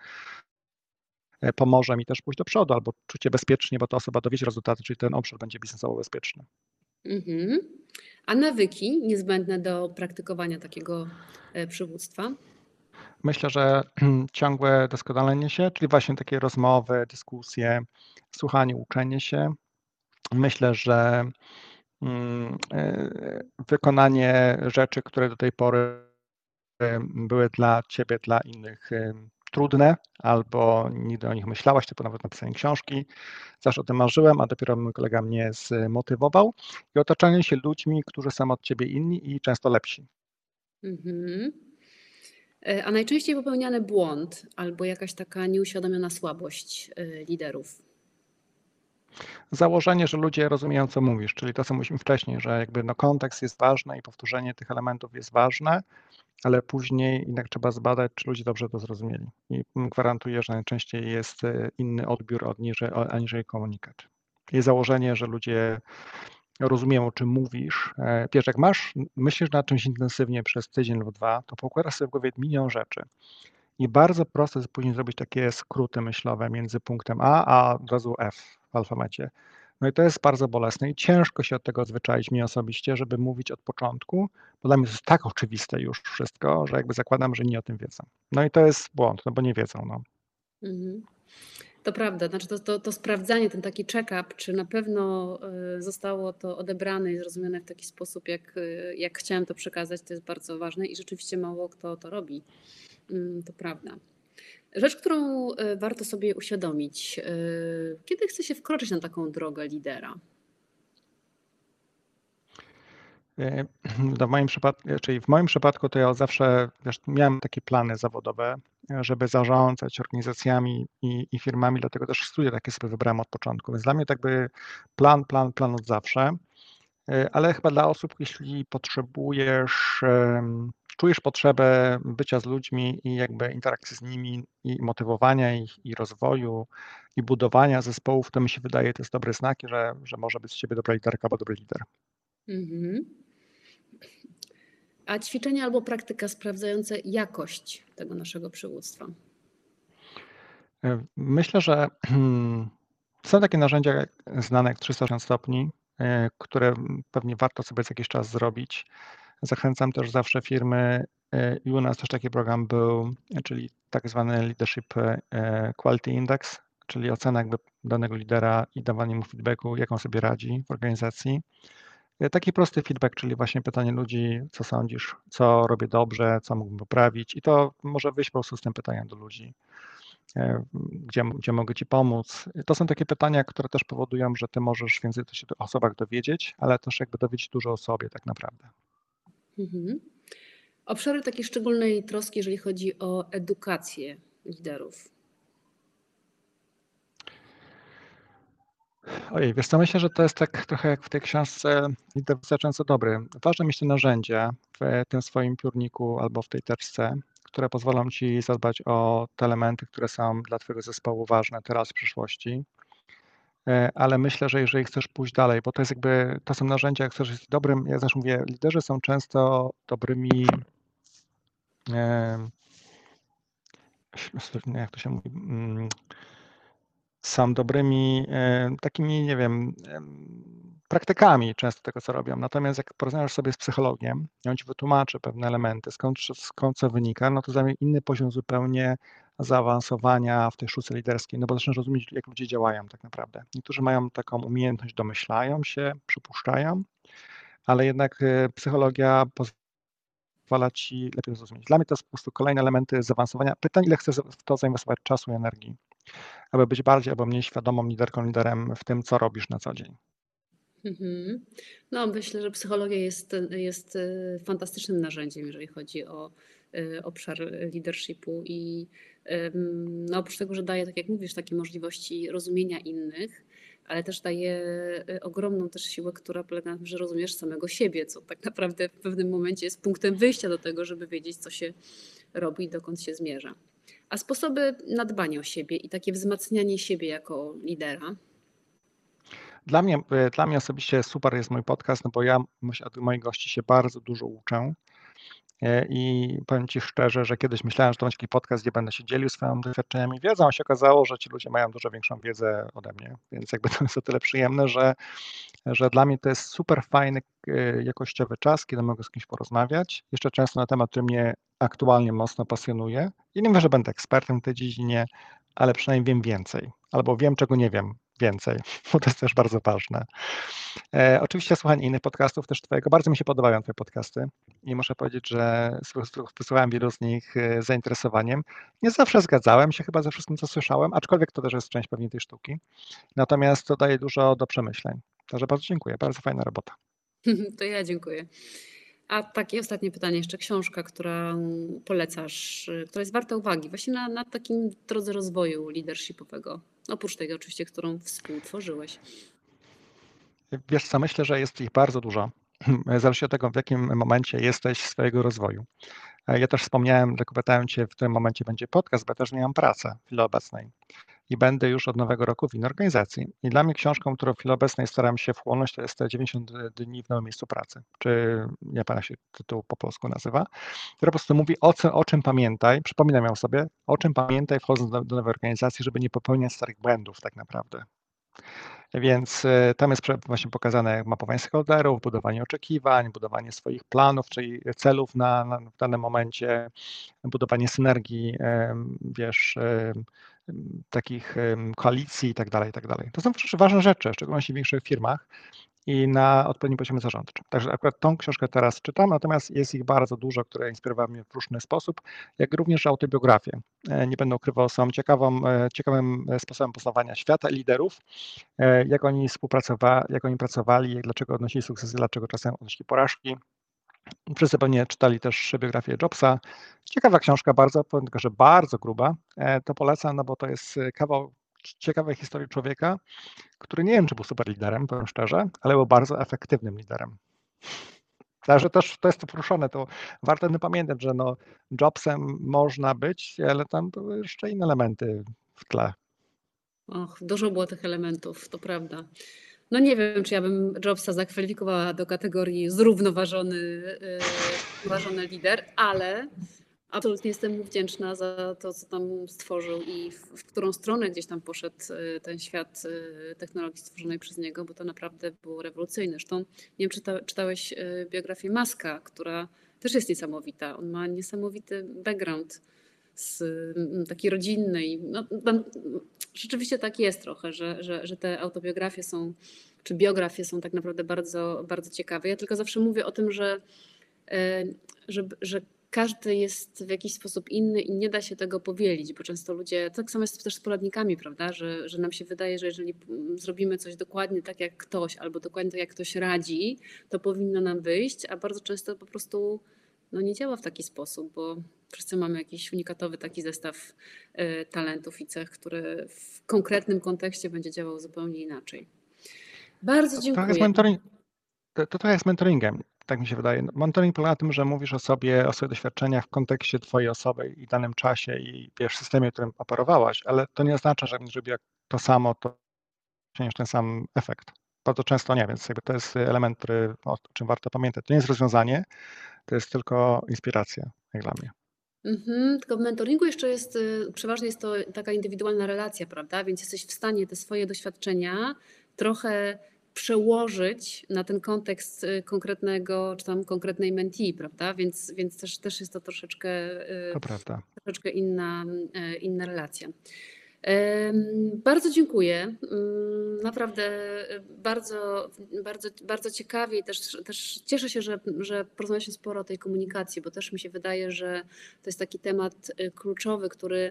pomoże mi też pójść do przodu albo czuć się bezpiecznie, bo ta osoba dowiezie rezultaty, czyli ten obszar będzie biznesowo bezpieczny. Mhm. A nawyki niezbędne do praktykowania takiego e, przywództwa? Myślę, że ciągłe doskonalenie się, czyli właśnie takie rozmowy, dyskusje, słuchanie, uczenie się. Myślę, że mm, e, wykonanie rzeczy, które do tej pory em, były dla ciebie, dla innych em, trudne, albo nigdy o nich myślałaś, typu nawet napisanie książki. Zawsze o tym marzyłem, a dopiero mój kolega mnie zmotywował. I otaczanie się ludźmi, którzy są od ciebie inni i często lepsi. Mhm. E, A najczęściej popełniany błąd albo jakaś taka nieuświadomiona słabość e, liderów. Założenie, że ludzie rozumieją, co mówisz, czyli to, co mówiliśmy wcześniej, że jakby no kontekst jest ważny i powtórzenie tych elementów jest ważne, ale później jednak trzeba zbadać, czy ludzie dobrze to zrozumieli. I gwarantuję, że najczęściej jest e, inny odbiór aniżeli, aniżeli komunikat. Jest założenie, że ludzie rozumieją, o czym mówisz. E, Wiesz, jak masz, myślisz nad czymś intensywnie przez tydzień lub dwa, to poukładasz sobie w głowie milion rzeczy. I bardzo prosto jest później zrobić takie skróty myślowe między punktem A, a od razu F w alfabecie. No i to jest bardzo bolesne i ciężko się od tego odzwyczaić mnie osobiście, żeby mówić od początku, bo dla mnie to jest tak oczywiste już wszystko, że jakby zakładam, że nie o tym wiedzą. No i to jest błąd, no bo nie wiedzą, no. Mhm. To prawda, znaczy to, to, to sprawdzanie, ten taki check-up, czy na pewno e, zostało to odebrane i zrozumiane w taki sposób, jak, e, jak chciałam to przekazać, to jest bardzo ważne i rzeczywiście mało kto to robi. Mm, To prawda. Rzecz, którą e, warto sobie uświadomić, e, kiedy chce się wkroczyć na taką drogę lidera. E, To w moim przypadku, czyli w moim przypadku to ja zawsze wiesz, miałem takie plany zawodowe, e, żeby zarządzać organizacjami i, i firmami, dlatego też studia takie sobie wybrałem od początku. Więc dla mnie tak by plan, plan, plan od zawsze. E, Ale chyba dla osób, jeśli potrzebujesz, em, czujesz potrzebę bycia z ludźmi i jakby interakcji z nimi i motywowania ich i rozwoju i budowania zespołów, to mi się wydaje, to jest dobry znak, że, że może być z ciebie dobra liderka albo dobry lider. Mhm. A ćwiczenia albo praktyka sprawdzające jakość tego naszego przywództwa. E, Myślę, że są takie narzędzia jak- znane jak trzysta sześćdziesiąt stopni, e, które pewnie warto sobie co jakiś czas zrobić. Zachęcam też zawsze firmy e, i u nas też taki program był, e, czyli tak zwany Leadership e, Quality Index, czyli ocena jakby danego lidera i dawanie mu feedbacku, jak on sobie radzi w organizacji. E, Taki prosty feedback, czyli właśnie pytanie ludzi, co sądzisz, co robię dobrze, co mógłbym poprawić i to może wyjść po prostu z tym pytaniem do ludzi. E, Gdzie, gdzie mogę Ci pomóc? To są takie pytania, które też powodują, że Ty możesz więcej się o osobach dowiedzieć, ale też jakby dowiedzieć dużo o sobie tak naprawdę. Mhm. Obszary takiej szczególnej troski, jeżeli chodzi o edukację liderów. Ojej, wiesz co, myślę, że to jest tak trochę jak w tej książce Lider Wystarczająco dobry. Ważne mieć te narzędzia w tym swoim piórniku albo w tej teczce, które pozwolą Ci zadbać o te elementy, które są dla Twojego zespołu ważne teraz, w przyszłości. E, Ale myślę, że jeżeli chcesz pójść dalej, bo to jest jakby, to są narzędzia, jak chcesz być dobrym, ja zawsze mówię, liderzy są często dobrymi, e, jak to się mówi, mm, są dobrymi e, takimi, nie wiem, em, praktykami często tego, co robią. Natomiast jak porozmawiasz sobie z psychologiem i on ci wytłumaczy pewne elementy, skąd, skąd co wynika, no to zajmie inny poziom zupełnie zaawansowania w tej sztuce liderskiej, no bo zaczynasz rozumieć, jak ludzie działają tak naprawdę. Niektórzy mają taką umiejętność, domyślają się, przypuszczają, ale jednak e, psychologia pozwala ci lepiej zrozumieć. Dla mnie to jest po prostu kolejne elementy zaawansowania. Pytań, ile chcesz w to zainwestować czasu i energii, aby być bardziej albo mniej świadomą liderką, liderem w tym, co robisz na co dzień. Mhm. No, myślę, że psychologia jest, jest e, fantastycznym narzędziem, jeżeli chodzi o e, obszar leadershipu i em, no, oprócz tego, że daje, tak jak mówisz, takie możliwości rozumienia innych, ale też daje e, ogromną też siłę, która polega na tym, że rozumiesz samego siebie, co tak naprawdę w pewnym momencie jest punktem wyjścia do tego, żeby wiedzieć, co się robi i dokąd się zmierza. A sposoby na dbanie o siebie i takie wzmacnianie siebie jako lidera. Dla mnie, e, dla mnie osobiście super jest mój podcast, no bo ja myślę, od moich gości się bardzo dużo uczę I powiem Ci szczerze, że kiedyś myślałem, że to będzie taki podcast, gdzie będę się dzielił swoimi doświadczeniami i wiedzą, a się okazało, że ci ludzie mają dużo większą wiedzę ode mnie, więc jakby to jest o tyle przyjemne, że, że dla mnie to jest super fajny, jakościowy czas, kiedy mogę z kimś porozmawiać, jeszcze często na temat, który mnie aktualnie mocno pasjonuje. I nie mówię, że będę ekspertem w tej dziedzinie, ale przynajmniej wiem więcej, albo wiem, czego nie wiem więcej, bo to jest też bardzo ważne. E, oczywiście słuchanie innych podcastów też Twojego, bardzo mi się podobają Twoje podcasty i muszę powiedzieć, że wysłuchałem wielu z nich z zainteresowaniem. Nie zawsze zgadzałem się chyba ze wszystkim, co słyszałem, aczkolwiek to też jest część pewnie tej sztuki. Natomiast to daje dużo do przemyśleń. Także bardzo dziękuję, bardzo fajna robota. To ja dziękuję. A takie ostatnie pytanie, jeszcze książka, którą polecasz, która jest warta uwagi właśnie na, na takim drodze rozwoju leadershipowego, oprócz tej oczywiście, którą współtworzyłeś. Wiesz co, myślę, że jest ich bardzo dużo. Zależy od tego, w jakim momencie jesteś swojego rozwoju. Ja też wspomniałem, tylko pytałem Cię, w którym momencie będzie podcast, bo ja też nie mam pracy w chwili obecnej i będę już od nowego roku w innej organizacji. I dla mnie książką, którą w chwili obecnej staram się wchłonąć, to jest te dziewięćdziesiąt dni w nowym miejscu pracy, czy nie pamiętam, jak się tytuł po polsku nazywa, która po prostu mówi o, co, o czym pamiętaj, przypominam ją sobie, o czym pamiętaj wchodząc do, do nowej organizacji, żeby nie popełniać starych błędów tak naprawdę. Więc tam jest właśnie pokazane mapowanie stakeholderów, budowanie oczekiwań, budowanie swoich planów, czyli celów na, na, w danym momencie, budowanie synergii, wiesz, takich koalicji i tak dalej, i tak dalej. To są przecież ważne rzeczy, w szczególności w większych firmach i na odpowiednim poziomie zarządczym. Także akurat tą książkę teraz czytam, natomiast jest ich bardzo dużo, które inspirowały mnie w różny sposób, jak również autobiografię. Nie będę ukrywał, są ciekawą, ciekawym sposobem poznawania świata liderów, jak oni współpracowali, jak oni pracowali, dlaczego odnosili sukcesy, dlaczego czasem odnosili porażki. Wszyscy pewnie czytali też biografię Jobsa. Ciekawa książka bardzo, powiem tylko, że bardzo gruba. To polecam, no bo to jest kawał ciekawej historii człowieka, który nie wiem, czy był super liderem, powiem szczerze, ale był bardzo efektywnym liderem. Także też to jest to poruszone, to warto nie pamiętać, że no Jobsem można być, ale tam były jeszcze inne elementy w tle. Och, dużo było tych elementów, to prawda. No nie wiem, czy ja bym Jobsa zakwalifikowała do kategorii zrównoważony, zrównoważony lider, ale absolutnie jestem mu wdzięczna za to, co tam stworzył i w, w którą stronę gdzieś tam poszedł ten świat technologii stworzonej przez niego, bo to naprawdę było rewolucyjne. Zresztą nie wiem, czy czyta, czytałeś biografię Muska, która też jest niesamowita. On ma niesamowity background z, taki rodzinny. I no, tam, rzeczywiście tak jest trochę, że, że, że te autobiografie są, czy biografie są tak naprawdę bardzo, bardzo ciekawe. Ja tylko zawsze mówię o tym, że, że, że każdy jest w jakiś sposób inny i nie da się tego powielić, bo często ludzie, tak samo jest też z poradnikami, prawda, że, że nam się wydaje, że jeżeli zrobimy coś dokładnie tak jak ktoś, albo dokładnie tak jak ktoś radzi, to powinno nam wyjść, a bardzo często po prostu no, nie działa w taki sposób, bo wszyscy mamy jakiś unikatowy taki zestaw y, talentów i cech, który w konkretnym kontekście będzie działał zupełnie inaczej. Bardzo dziękuję. To jest mentoring, to, to jest mentoringiem. Tak mi się wydaje. Monitoring polega na tym, że mówisz o sobie, o swoich doświadczeniach w kontekście twojej osoby i danym czasie i wiesz, systemie, którym operowałaś, ale to nie oznacza, że żeby jak to samo, to osiągniesz ten sam efekt. Bardzo często nie, więc jakby to jest element, który, o czym warto pamiętać. To nie jest rozwiązanie, to jest tylko inspiracja, jak dla mnie. Mhm, tylko w mentoringu jeszcze jest, przeważnie jest to taka indywidualna relacja, prawda? Więc jesteś w stanie te swoje doświadczenia trochę przełożyć na ten kontekst konkretnego, czy tam konkretnej mentee, prawda? Więc, więc też, też jest to troszeczkę, To prawda. troszeczkę inna, inna relacja. Bardzo dziękuję. Naprawdę bardzo, bardzo, bardzo ciekawie i też, też cieszę się, że, że porozmawialiśmy sporo o tej komunikacji, bo też mi się wydaje, że to jest taki temat kluczowy, który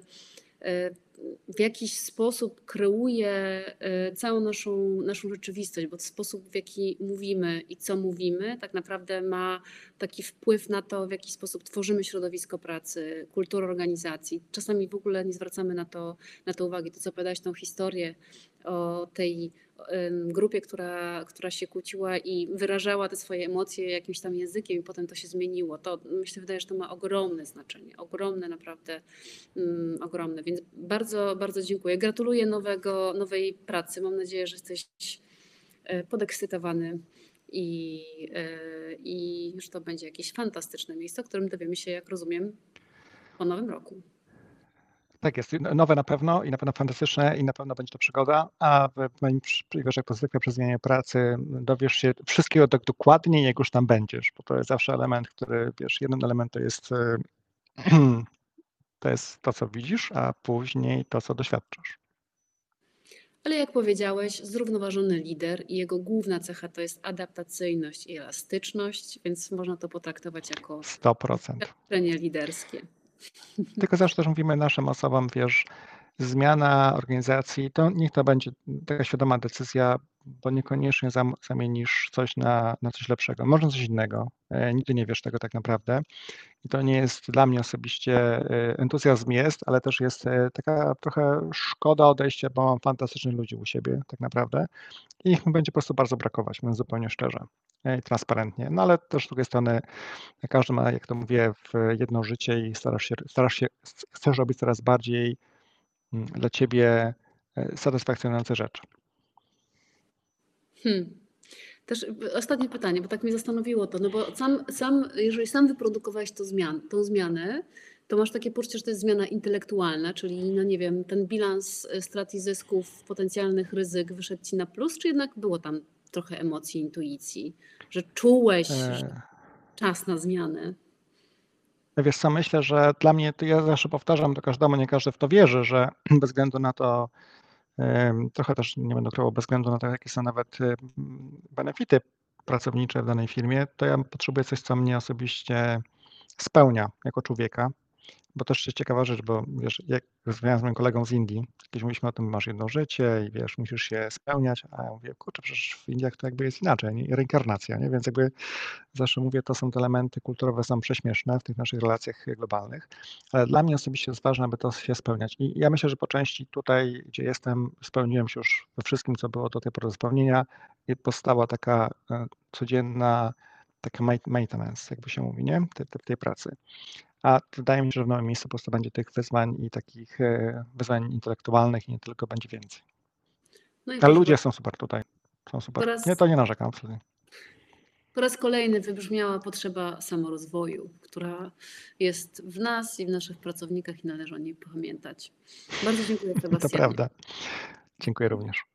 w jakiś sposób kreuje całą naszą, naszą rzeczywistość, bo sposób, w jaki mówimy i co mówimy, tak naprawdę ma taki wpływ na to, w jaki sposób tworzymy środowisko pracy, kulturę organizacji. Czasami w ogóle nie zwracamy na to, na to uwagi. To, co opowiadałaś, tą historię o tej grupie, która, która się kłóciła i wyrażała te swoje emocje jakimś tam językiem i potem to się zmieniło. To myślę, wydaje, że to ma ogromne znaczenie, ogromne naprawdę, um, ogromne. Więc bardzo, bardzo dziękuję. Gratuluję nowego, nowej pracy. Mam nadzieję, że jesteś podekscytowany i, y, i już to będzie jakieś fantastyczne miejsce, o którym dowiemy się, jak rozumiem, po nowym roku. Tak jest. No- Nowe na pewno i na pewno fantastyczne i na pewno będzie to przygoda, a w moim przykładzie, jak to zwykle przy zmianie pracy, dowiesz się wszystkiego tak dokładnie, jak już tam będziesz, bo to jest zawsze element, który, wiesz, jeden element to jest, y, to jest to, co widzisz, a później to, co doświadczasz. Ale jak powiedziałeś, zrównoważony lider i jego główna cecha to jest adaptacyjność i elastyczność, więc można to potraktować jako sto procent. doświadczenie liderskie. Tylko zawsze też mówimy naszym osobom, wiesz, zmiana organizacji, to niech to będzie taka świadoma decyzja, bo niekoniecznie zam, zamienisz coś na, na coś lepszego. Można coś innego. E, nigdy nie wiesz tego tak naprawdę. I to nie jest dla mnie osobiście, e, entuzjazm jest, ale też jest e, taka trochę szkoda odejścia, bo mam fantastycznych ludzi u siebie tak naprawdę i ich mi będzie po prostu bardzo brakować, mówiąc zupełnie szczerze e, i transparentnie. No ale też z drugiej strony każdy ma, jak to mówię, w jedno życie i starasz się, starasz się, chcesz robić coraz bardziej mm, dla ciebie e, satysfakcjonujące rzeczy. Hmm. Też y, ostatnie pytanie, bo tak mnie zastanowiło to, no bo sam, sam jeżeli sam wyprodukowałeś to zmian, tą zmianę, to masz takie poczucie, że to jest zmiana intelektualna, czyli no nie wiem, ten bilans y, strat i zysków, potencjalnych ryzyk wyszedł ci na plus, czy jednak było tam trochę emocji, intuicji, że czułeś, że E, czas na zmianę? Wiesz co, myślę, że dla mnie, to ja zawsze powtarzam do każdemu, nie każdy w to wierzy, że bez względu na to, em, trochę też nie będę ukrywał, bez względu na to, jakie są nawet em, benefity pracownicze w danej firmie, to ja potrzebuję coś, co mnie osobiście spełnia jako człowieka. Bo też jest ciekawa rzecz, bo wiesz, jak rozmawiałem z moim kolegą z Indii, kiedyś mówiliśmy o tym, masz jedno życie i wiesz, musisz się spełniać, a ja mówię, kurczę, przecież w Indiach to jakby jest inaczej, nie? Reinkarnacja, nie? Więc jakby zawsze mówię, to są te elementy kulturowe, są prześmieszne w tych naszych relacjach globalnych, ale dla mnie osobiście jest ważne, aby to się spełniać. I ja myślę, że po części tutaj, gdzie jestem, spełniłem się już we wszystkim, co było do tej pory do spełnienia i powstała taka e, codzienna, taka ma- maintenance, jakby się mówi, nie? Tej, tej, tej pracy. A wydaje mi się, że w nowym miejscu po prostu będzie tych wyzwań i takich e, wyzwań intelektualnych i nie tylko, będzie więcej. No i Ale proszę ludzie bardzo, są super tutaj. Są po super. Nie, raz, to nie narzekam absolutnie. po raz kolejny wybrzmiała potrzeba samorozwoju, która jest w nas i w naszych pracownikach i należy o niej pamiętać. Bardzo dziękuję, To Sebastianie. prawda. Dziękuję również.